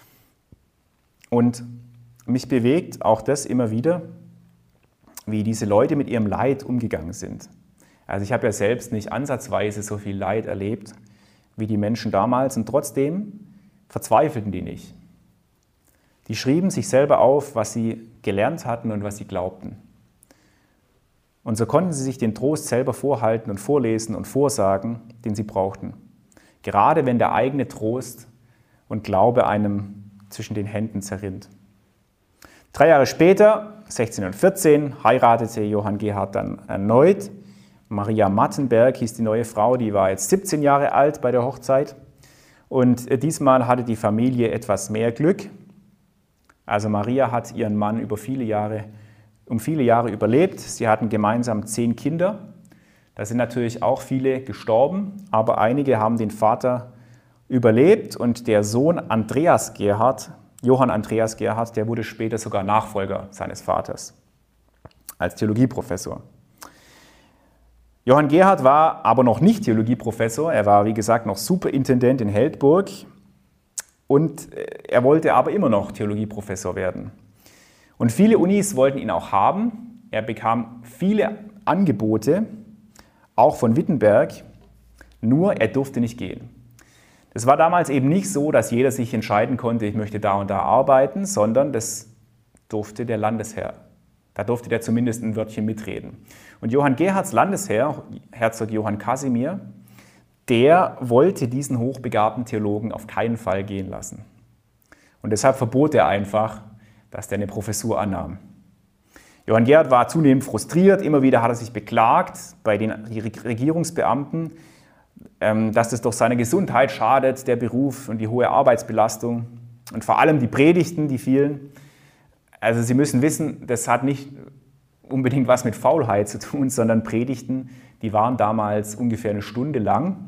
Und mich bewegt auch das immer wieder, wie diese Leute mit ihrem Leid umgegangen sind. Also ich habe ja selbst nicht ansatzweise so viel Leid erlebt wie die Menschen damals und trotzdem verzweifelten die nicht. Die schrieben sich selber auf, was sie gelernt hatten und was sie glaubten. Und so konnten sie sich den Trost selber vorhalten und vorlesen und vorsagen, den sie brauchten. Gerade wenn der eigene Trost und Glaube einem zwischen den Händen zerrinnt. Drei Jahre später, sechzehnhundertvierzehn, heiratete Johann Gerhard dann erneut. Maria Mattenberg hieß die neue Frau, die war jetzt siebzehn Jahre alt bei der Hochzeit. Und diesmal hatte die Familie etwas mehr Glück. Also Maria hat ihren Mann über viele Jahre, um viele Jahre überlebt. Sie hatten gemeinsam zehn Kinder. Da sind natürlich auch viele gestorben, aber einige haben den Vater überlebt. Und der Sohn Andreas Gerhard, Johann Andreas Gerhard, der wurde später sogar Nachfolger seines Vaters. als Theologieprofessor. Johann Gerhard war aber noch nicht Theologieprofessor, er war wie gesagt noch Superintendent in Heldburg und er wollte aber immer noch Theologieprofessor werden. Und viele Unis wollten ihn auch haben, er bekam viele Angebote, auch von Wittenberg, nur er durfte nicht gehen. Es war damals eben nicht so, dass jeder sich entscheiden konnte, ich möchte da und da arbeiten, sondern das durfte der Landesherr. Da durfte der zumindest ein Wörtchen mitreden. Und Johann Gerhards Landesherr, Herzog Johann Kasimir, der wollte diesen hochbegabten Theologen auf keinen Fall gehen lassen. Und deshalb verbot er einfach, dass der eine Professur annahm. Johann Gerhard war zunehmend frustriert, immer wieder hat er sich beklagt bei den Regierungsbeamten, dass es doch seiner Gesundheit schadet, der Beruf und die hohe Arbeitsbelastung und vor allem die Predigten, die vielen. Also Sie müssen wissen, das hat nicht unbedingt was mit Faulheit zu tun, sondern Predigten, die waren damals ungefähr eine Stunde lang.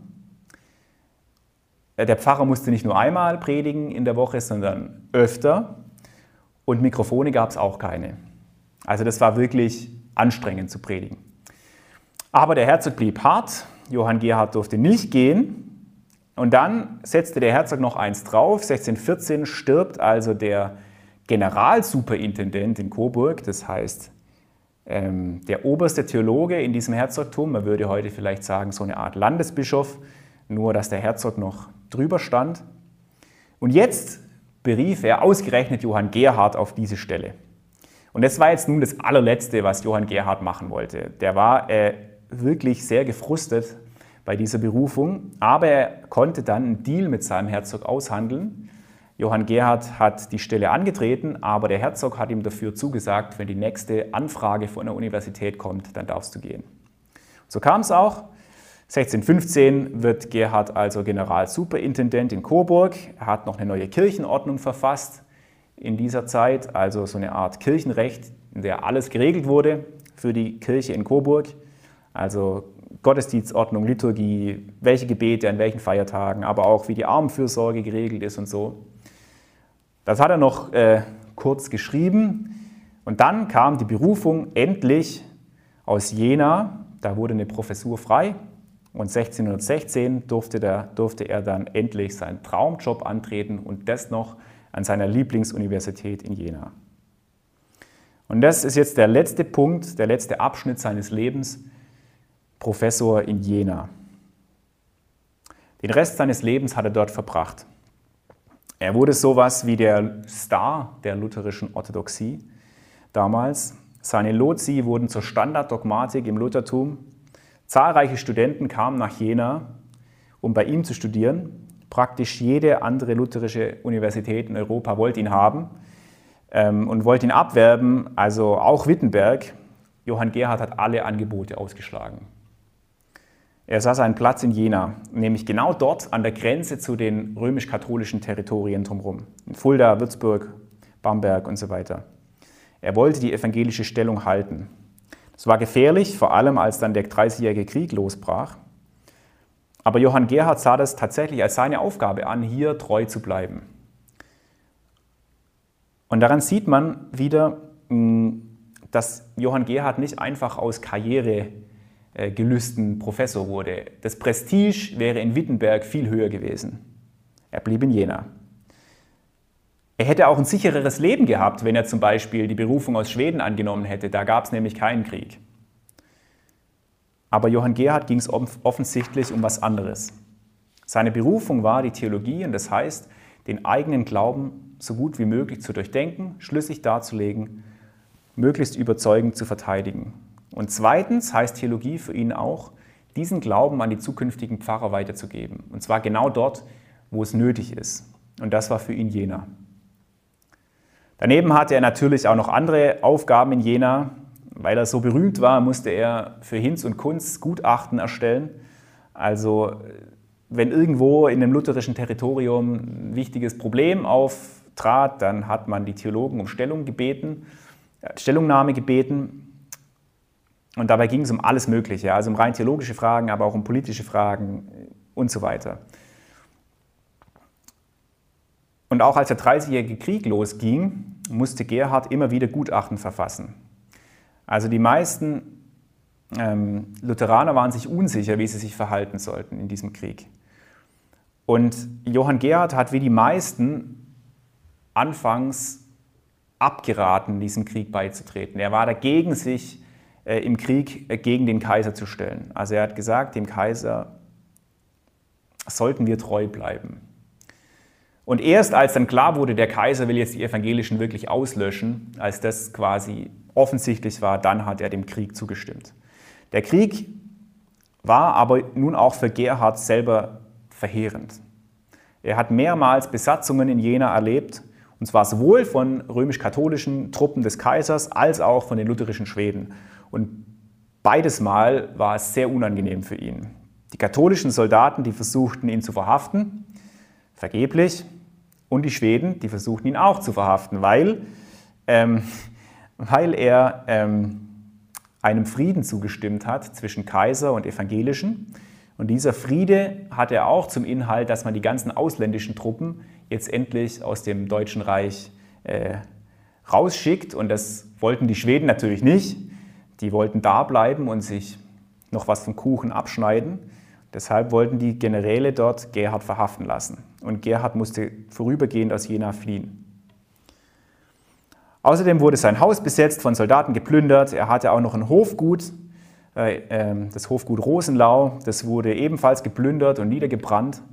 Der Pfarrer musste nicht nur einmal predigen in der Woche, sondern öfter und Mikrofone gab es auch keine. Also das war wirklich anstrengend zu predigen. Aber der Herzog blieb hart, Johann Gerhard durfte nicht gehen und dann setzte der Herzog noch eins drauf. sechzehnhundertvierzehn stirbt also der Generalsuperintendent in Coburg, das heißt ähm, der oberste Theologe in diesem Herzogtum, man würde heute vielleicht sagen so eine Art Landesbischof, nur dass der Herzog noch drüber stand. Und jetzt berief er ausgerechnet Johann Gerhard auf diese Stelle. Und das war jetzt nun das allerletzte, was Johann Gerhard machen wollte. Der war äh, wirklich sehr gefrustet bei dieser Berufung, aber er konnte dann einen Deal mit seinem Herzog aushandeln. Johann Gerhard hat die Stelle angetreten, aber der Herzog hat ihm dafür zugesagt, wenn die nächste Anfrage von der Universität kommt, dann darfst du gehen. So kam es auch. sechzehnhundertfünfzehn wird Gerhard also Generalsuperintendent in Coburg. Er hat noch eine neue Kirchenordnung verfasst in dieser Zeit, also so eine Art Kirchenrecht, in der alles geregelt wurde für die Kirche in Coburg. Also Gottesdienstordnung, Liturgie, welche Gebete an welchen Feiertagen, aber auch wie die Armenfürsorge geregelt ist und so. Das hat er noch äh, kurz geschrieben und dann kam die Berufung endlich aus Jena, da wurde eine Professur frei und sechzehnhundertsechzehn durfte, der, durfte er dann endlich seinen Traumjob antreten und das noch an seiner Lieblingsuniversität in Jena. Und das ist jetzt der letzte Punkt, der letzte Abschnitt seines Lebens, Professor in Jena. Den Rest seines Lebens hat er dort verbracht. Er wurde sowas wie der Star der lutherischen Orthodoxie damals. Seine Loci wurden zur Standarddogmatik im Luthertum. Zahlreiche Studenten kamen nach Jena, um bei ihm zu studieren. Praktisch jede andere lutherische Universität in Europa wollte ihn haben ähm, und wollte ihn abwerben, also auch Wittenberg. Johann Gerhard hat alle Angebote ausgeschlagen. Er sah seinen Platz in Jena, nämlich genau dort an der Grenze zu den römisch-katholischen Territorien drumherum. In Fulda, Würzburg, Bamberg und so weiter. Er wollte die evangelische Stellung halten. Das war gefährlich, vor allem als dann der Dreißigjährige Krieg losbrach. Aber Johann Gerhard sah das tatsächlich als seine Aufgabe an, hier treu zu bleiben. Und daran sieht man wieder, dass Johann Gerhard nicht einfach aus Karrieregelüsten Professor wurde. Das Prestige wäre in Wittenberg viel höher gewesen. Er blieb in Jena. Er hätte auch ein sichereres Leben gehabt, wenn er zum Beispiel die Berufung aus Schweden angenommen hätte. Da gab es nämlich keinen Krieg. Aber Johann Gerhard ging es offensichtlich um was anderes. Seine Berufung war die Theologie und das heißt, den eigenen Glauben so gut wie möglich zu durchdenken, schlüssig darzulegen, möglichst überzeugend zu verteidigen. Und zweitens heißt Theologie für ihn auch, diesen Glauben an die zukünftigen Pfarrer weiterzugeben. Und zwar genau dort, wo es nötig ist. Und das war für ihn Jena. Daneben hatte er natürlich auch noch andere Aufgaben in Jena. Weil er so berühmt war, musste er für Hinz und Kunz Gutachten erstellen. Also wenn irgendwo in einem lutherischen Territorium ein wichtiges Problem auftrat, dann hat man die Theologen um Stellung gebeten, Stellungnahme gebeten. Und dabei ging es um alles Mögliche, also um rein theologische Fragen, aber auch um politische Fragen und so weiter. Und auch als der Dreißigjährige Krieg losging, musste Gerhard immer wieder Gutachten verfassen. Also die meisten ähm, Lutheraner waren sich unsicher, wie sie sich verhalten sollten in diesem Krieg. Und Johann Gerhard hat wie die meisten anfangs abgeraten, diesem Krieg beizutreten. Er war dagegen, sich äh, im Krieg äh, gegen den Kaiser zu stellen. Also er hat gesagt, dem Kaiser sollten wir treu bleiben. Und erst als dann klar wurde, der Kaiser will jetzt die Evangelischen wirklich auslöschen, als das quasi offensichtlich war, dann hat er dem Krieg zugestimmt. Der Krieg war aber nun auch für Gerhard selber verheerend. Er hat mehrmals Besatzungen in Jena erlebt, und zwar sowohl von römisch-katholischen Truppen des Kaisers als auch von den lutherischen Schweden. Und beides Mal war es sehr unangenehm für ihn. Die katholischen Soldaten, die versuchten, ihn zu verhaften, vergeblich, und die Schweden, die versuchten, ihn auch zu verhaften, weil, ähm, weil er ähm, einem Frieden zugestimmt hat zwischen Kaiser und Evangelischen. Und dieser Friede hatte auch zum Inhalt, dass man die ganzen ausländischen Truppen jetzt endlich aus dem Deutschen Reich äh, rausschickt. Und das wollten die Schweden natürlich nicht. Die wollten da bleiben und sich noch was vom Kuchen abschneiden. Deshalb wollten die Generäle dort Gerhard verhaften lassen. Und Gerhard musste vorübergehend aus Jena fliehen. Außerdem wurde sein Haus besetzt, von Soldaten geplündert. Er hatte auch noch ein Hofgut, äh, äh, das Hofgut Rosenlau. Das wurde ebenfalls geplündert und niedergebrannt.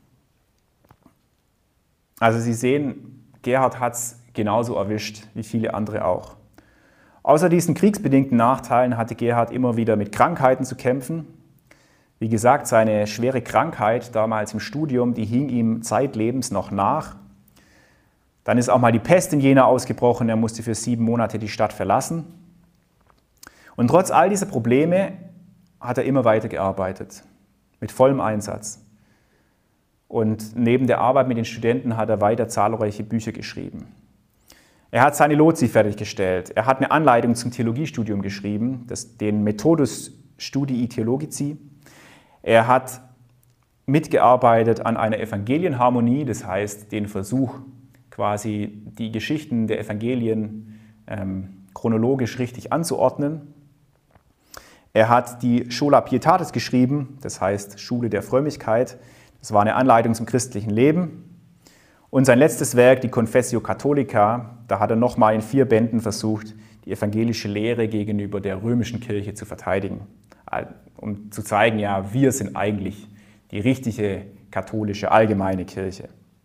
Also Sie sehen, Gerhard hat es genauso erwischt wie viele andere auch. Außer diesen kriegsbedingten Nachteilen hatte Gerhard immer wieder mit Krankheiten zu kämpfen. Wie gesagt, seine schwere Krankheit damals im Studium, die hing ihm zeitlebens noch nach. Dann ist auch mal die Pest in Jena ausgebrochen, er musste für sieben Monate die Stadt verlassen. Und trotz all dieser Probleme hat er immer weiter gearbeitet, mit vollem Einsatz. Und neben der Arbeit mit den Studenten hat er weiter zahlreiche Bücher geschrieben. Er hat seine Lozi fertiggestellt, er hat eine Anleitung zum Theologiestudium geschrieben, das, den Methodus Studii Theologici. Er hat mitgearbeitet an einer Evangelienharmonie, das heißt den Versuch, quasi die Geschichten der Evangelien ähm, chronologisch richtig anzuordnen. Er hat die Schola Pietatis geschrieben, das heißt Schule der Frömmigkeit. Das war eine Anleitung zum christlichen Leben. Und sein letztes Werk, die Confessio Catholica, da hat er nochmal in vier Bänden versucht, die evangelische Lehre gegenüber der römischen Kirche zu verteidigen, um zu zeigen, ja, wir sind eigentlich die richtige katholische allgemeine Kirche.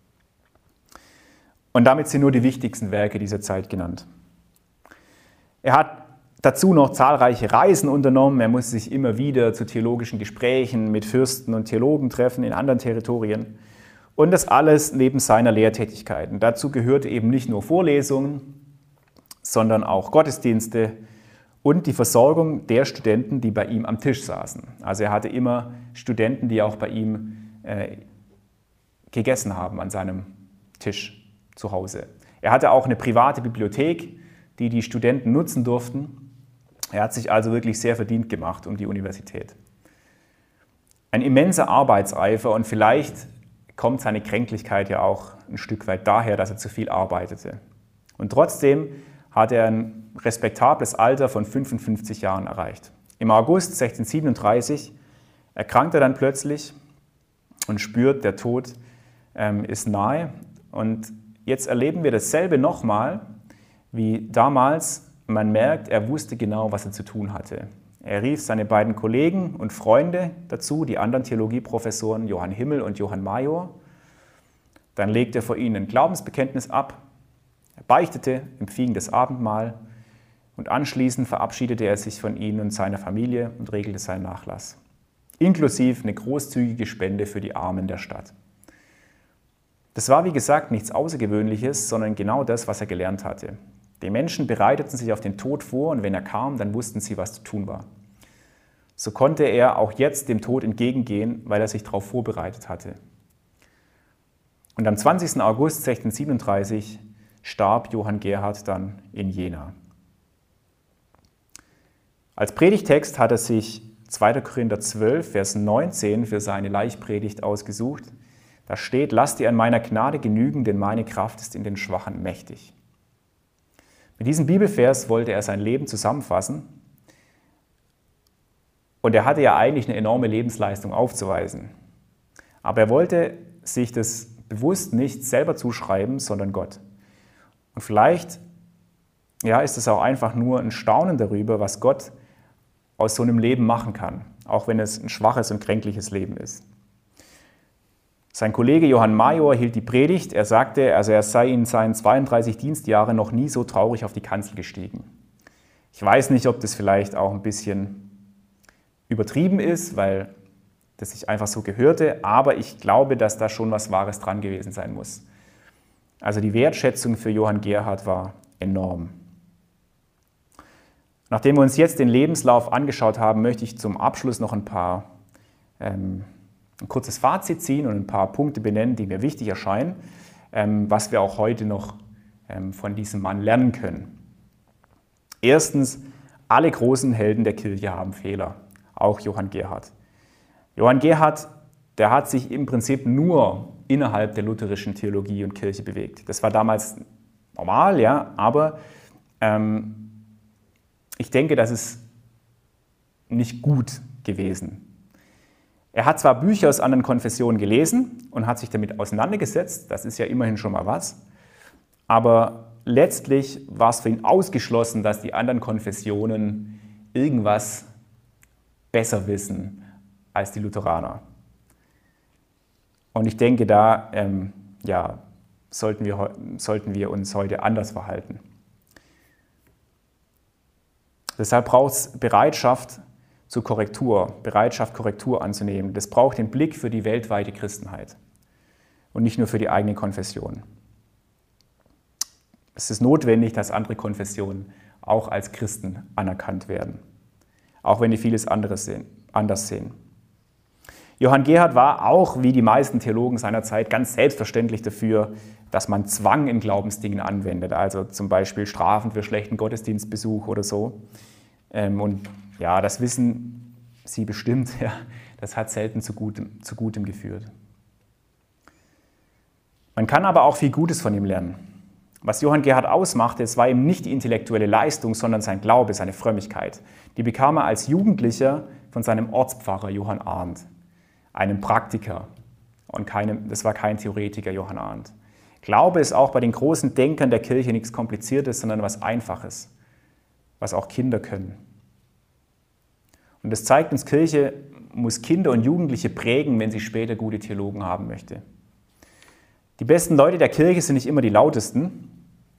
Und damit sind nur die wichtigsten Werke dieser Zeit genannt. Er hat dazu noch zahlreiche Reisen unternommen. Er musste sich immer wieder zu theologischen Gesprächen mit Fürsten und Theologen treffen in anderen Territorien. Und das alles neben seiner Lehrtätigkeit. Und dazu gehörte eben nicht nur Vorlesungen, sondern auch Gottesdienste und die Versorgung der Studenten, die bei ihm am Tisch saßen. Also er hatte immer Studenten, die auch bei ihm äh, gegessen haben an seinem Tisch zu Hause. Er hatte auch eine private Bibliothek, die die Studenten nutzen durften. Er hat sich also wirklich sehr verdient gemacht um die Universität. Ein immenser Arbeitseifer, und vielleicht kommt seine Kränklichkeit ja auch ein Stück weit daher, dass er zu viel arbeitete. Und trotzdem hat er ein respektables Alter von fünfundfünfzig Jahren erreicht. Im August sechzehnhundertsiebenunddreißig erkrankt er dann plötzlich und spürt, der Tod ähm, ist nahe. Und jetzt erleben wir dasselbe nochmal wie damals. Man merkt, er wusste genau, was er zu tun hatte. Er rief seine beiden Kollegen und Freunde dazu, die anderen Theologieprofessoren Johann Himmel und Johann Major. Dann legte er vor ihnen ein Glaubensbekenntnis ab. Er beichtete, empfing das Abendmahl und anschließend verabschiedete er sich von ihnen und seiner Familie und regelte seinen Nachlass, inklusive eine großzügige Spende für die Armen der Stadt. Das war, wie gesagt, nichts Außergewöhnliches, sondern genau das, was er gelernt hatte. Die Menschen bereiteten sich auf den Tod vor, und wenn er kam, dann wussten sie, was zu tun war. So konnte er auch jetzt dem Tod entgegengehen, weil er sich darauf vorbereitet hatte. Und am zwanzigsten August sechzehnhundertsiebenunddreißig starb Johann Gerhard dann in Jena. Als Predigtext hat er sich zweiter Korinther zwölf, Vers neunzehn für seine Laichpredigt ausgesucht. Da steht: Lasst dir an meiner Gnade genügen, denn meine Kraft ist in den Schwachen mächtig. Mit diesem Bibelvers wollte er sein Leben zusammenfassen und er hatte ja eigentlich eine enorme Lebensleistung aufzuweisen. Aber er wollte sich das bewusst nicht selber zuschreiben, sondern Gott. Und vielleicht ja, ist es auch einfach nur ein Staunen darüber, was Gott aus so einem Leben machen kann, auch wenn es ein schwaches und kränkliches Leben ist. Sein Kollege Johann Major hielt die Predigt. Er sagte, also er sei in seinen zweiunddreißig Dienstjahren noch nie so traurig auf die Kanzel gestiegen. Ich weiß nicht, ob das vielleicht auch ein bisschen übertrieben ist, weil das sich einfach so gehörte, aber ich glaube, dass da schon was Wahres dran gewesen sein muss. Also die Wertschätzung für Johann Gerhard war enorm. Nachdem wir uns jetzt den Lebenslauf angeschaut haben, möchte ich zum Abschluss noch ein paar ähm, ein kurzes Fazit ziehen und ein paar Punkte benennen, die mir wichtig erscheinen, ähm, was wir auch heute noch ähm, von diesem Mann lernen können. Erstens, alle großen Helden der Kirche haben Fehler, auch Johann Gerhard. Johann Gerhard, der hat sich im Prinzip nur innerhalb der lutherischen Theologie und Kirche bewegt. Das war damals normal, ja, aber ähm, ich denke, das ist nicht gut gewesen. Er hat zwar Bücher aus anderen Konfessionen gelesen und hat sich damit auseinandergesetzt, das ist ja immerhin schon mal was, aber letztlich war es für ihn ausgeschlossen, dass die anderen Konfessionen irgendwas besser wissen als die Lutheraner. Und ich denke, da ähm, ja, sollten wir, sollten wir uns heute anders verhalten. Deshalb braucht es Bereitschaft zur Korrektur, Bereitschaft, Korrektur anzunehmen. Das braucht den Blick für die weltweite Christenheit und nicht nur für die eigene Konfession. Es ist notwendig, dass andere Konfessionen auch als Christen anerkannt werden, auch wenn die vieles anderes sehen, anders sehen. Johann Gerhard war auch, wie die meisten Theologen seiner Zeit, ganz selbstverständlich dafür, dass man Zwang in Glaubensdingen anwendet, also zum Beispiel Strafen für schlechten Gottesdienstbesuch oder so. Und ja, das wissen Sie bestimmt, ja, das hat selten zu Gutem, zu Gutem geführt. Man kann aber auch viel Gutes von ihm lernen. Was Johann Gerhard ausmachte, es war eben nicht die intellektuelle Leistung, sondern sein Glaube, seine Frömmigkeit. Die bekam er als Jugendlicher von seinem Ortspfarrer Johann Arndt, einem Praktiker. Und keinem, das war kein Theoretiker, Johann Arndt. Glaube ist auch bei den großen Denkern der Kirche nichts Kompliziertes, sondern was Einfaches, was auch Kinder können. Und das zeigt uns, Kirche muss Kinder und Jugendliche prägen, wenn sie später gute Theologen haben möchte. Die besten Leute der Kirche sind nicht immer die lautesten.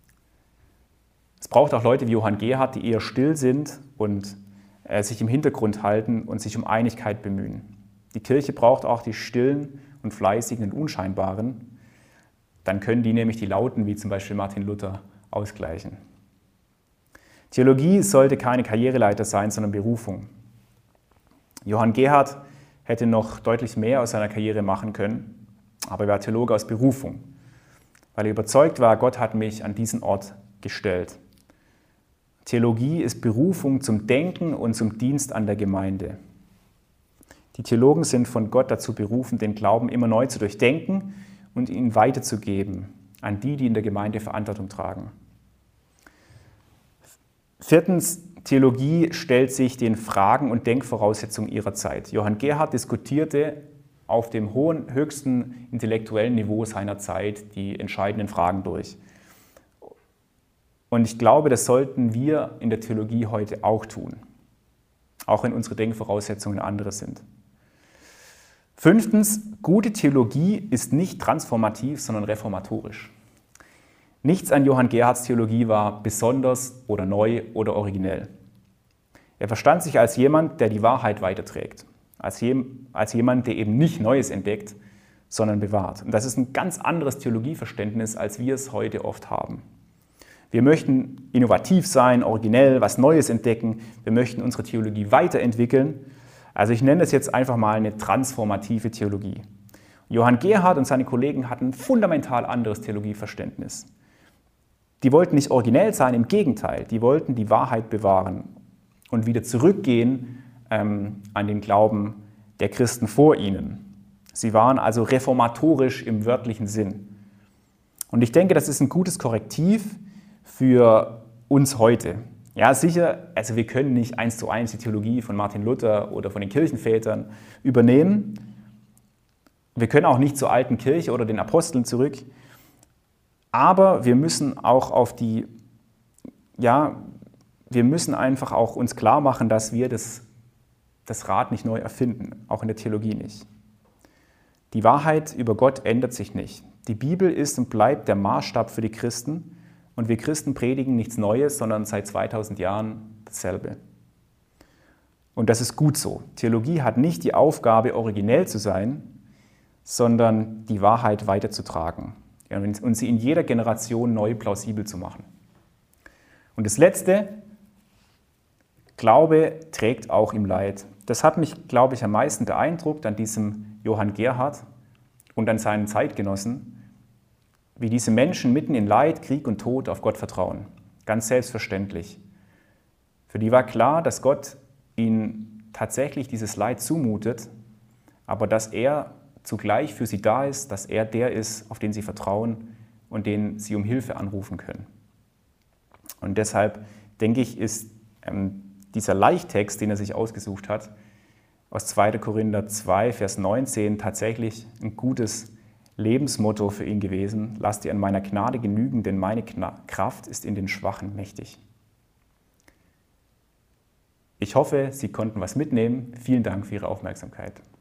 Es braucht auch Leute wie Johann Gerhard, die eher still sind und äh, sich im Hintergrund halten und sich um Einigkeit bemühen. Die Kirche braucht auch die stillen und fleißigen und unscheinbaren. Dann können die nämlich die Lauten, wie zum Beispiel Martin Luther, ausgleichen. Theologie sollte keine Karriereleiter sein, sondern Berufung. Johann Gerhard hätte noch deutlich mehr aus seiner Karriere machen können, aber er war Theologe aus Berufung, weil er überzeugt war, Gott hat mich an diesen Ort gestellt. Theologie ist Berufung zum Denken und zum Dienst an der Gemeinde. Die Theologen sind von Gott dazu berufen, den Glauben immer neu zu durchdenken und ihn weiterzugeben an die, die in der Gemeinde Verantwortung tragen. Viertens, Theologie stellt sich den Fragen und Denkvoraussetzungen ihrer Zeit. Johann Gerhard diskutierte auf dem hohen, höchsten intellektuellen Niveau seiner Zeit die entscheidenden Fragen durch. Und ich glaube, das sollten wir in der Theologie heute auch tun, auch wenn unsere Denkvoraussetzungen andere sind. Fünftens, gute Theologie ist nicht transformativ, sondern reformatorisch. Nichts an Johann Gerhards Theologie war besonders oder neu oder originell. Er verstand sich als jemand, der die Wahrheit weiterträgt, als, je, als jemand, der eben nicht Neues entdeckt, sondern bewahrt. Und das ist ein ganz anderes Theologieverständnis, als wir es heute oft haben. Wir möchten innovativ sein, originell, was Neues entdecken. Wir möchten unsere Theologie weiterentwickeln. Also ich nenne es jetzt einfach mal eine transformative Theologie. Johann Gerhard und seine Kollegen hatten ein fundamental anderes Theologieverständnis. Die wollten nicht originell sein, im Gegenteil, die wollten die Wahrheit bewahren und wieder zurückgehen ähm, an den Glauben der Christen vor ihnen. Sie waren also reformatorisch im wörtlichen Sinn. Und ich denke, das ist ein gutes Korrektiv für uns heute. Ja, sicher, also wir können nicht eins zu eins die Theologie von Martin Luther oder von den Kirchenvätern übernehmen. Wir können auch nicht zur alten Kirche oder den Aposteln zurück. Aber wir müssen auch auf die, ja, wir müssen einfach auch uns klar machen, dass wir das, das Rad nicht neu erfinden, auch in der Theologie nicht. Die Wahrheit über Gott ändert sich nicht. Die Bibel ist und bleibt der Maßstab für die Christen und wir Christen predigen nichts Neues, sondern seit zweitausend Jahren dasselbe. Und das ist gut so. Theologie hat nicht die Aufgabe, originell zu sein, sondern die Wahrheit weiterzutragen und sie in jeder Generation neu plausibel zu machen. Und das Letzte, Glaube trägt auch im Leid. Das hat mich, glaube ich, am meisten beeindruckt an diesem Johann Gerhard und an seinen Zeitgenossen, wie diese Menschen mitten in Leid, Krieg und Tod auf Gott vertrauen. Ganz selbstverständlich. Für die war klar, dass Gott ihnen tatsächlich dieses Leid zumutet, aber dass er zugleich für sie da ist, dass er der ist, auf den sie vertrauen und den sie um Hilfe anrufen können. Und deshalb, denke ich, ist ähm, dieser Leichttext, den er sich ausgesucht hat, aus zweiter Korinther zwei, Vers neunzehn, tatsächlich ein gutes Lebensmotto für ihn gewesen. Lasst dir an meiner Gnade genügen, denn meine Kraft ist in den Schwachen mächtig. Ich hoffe, Sie konnten was mitnehmen. Vielen Dank für Ihre Aufmerksamkeit.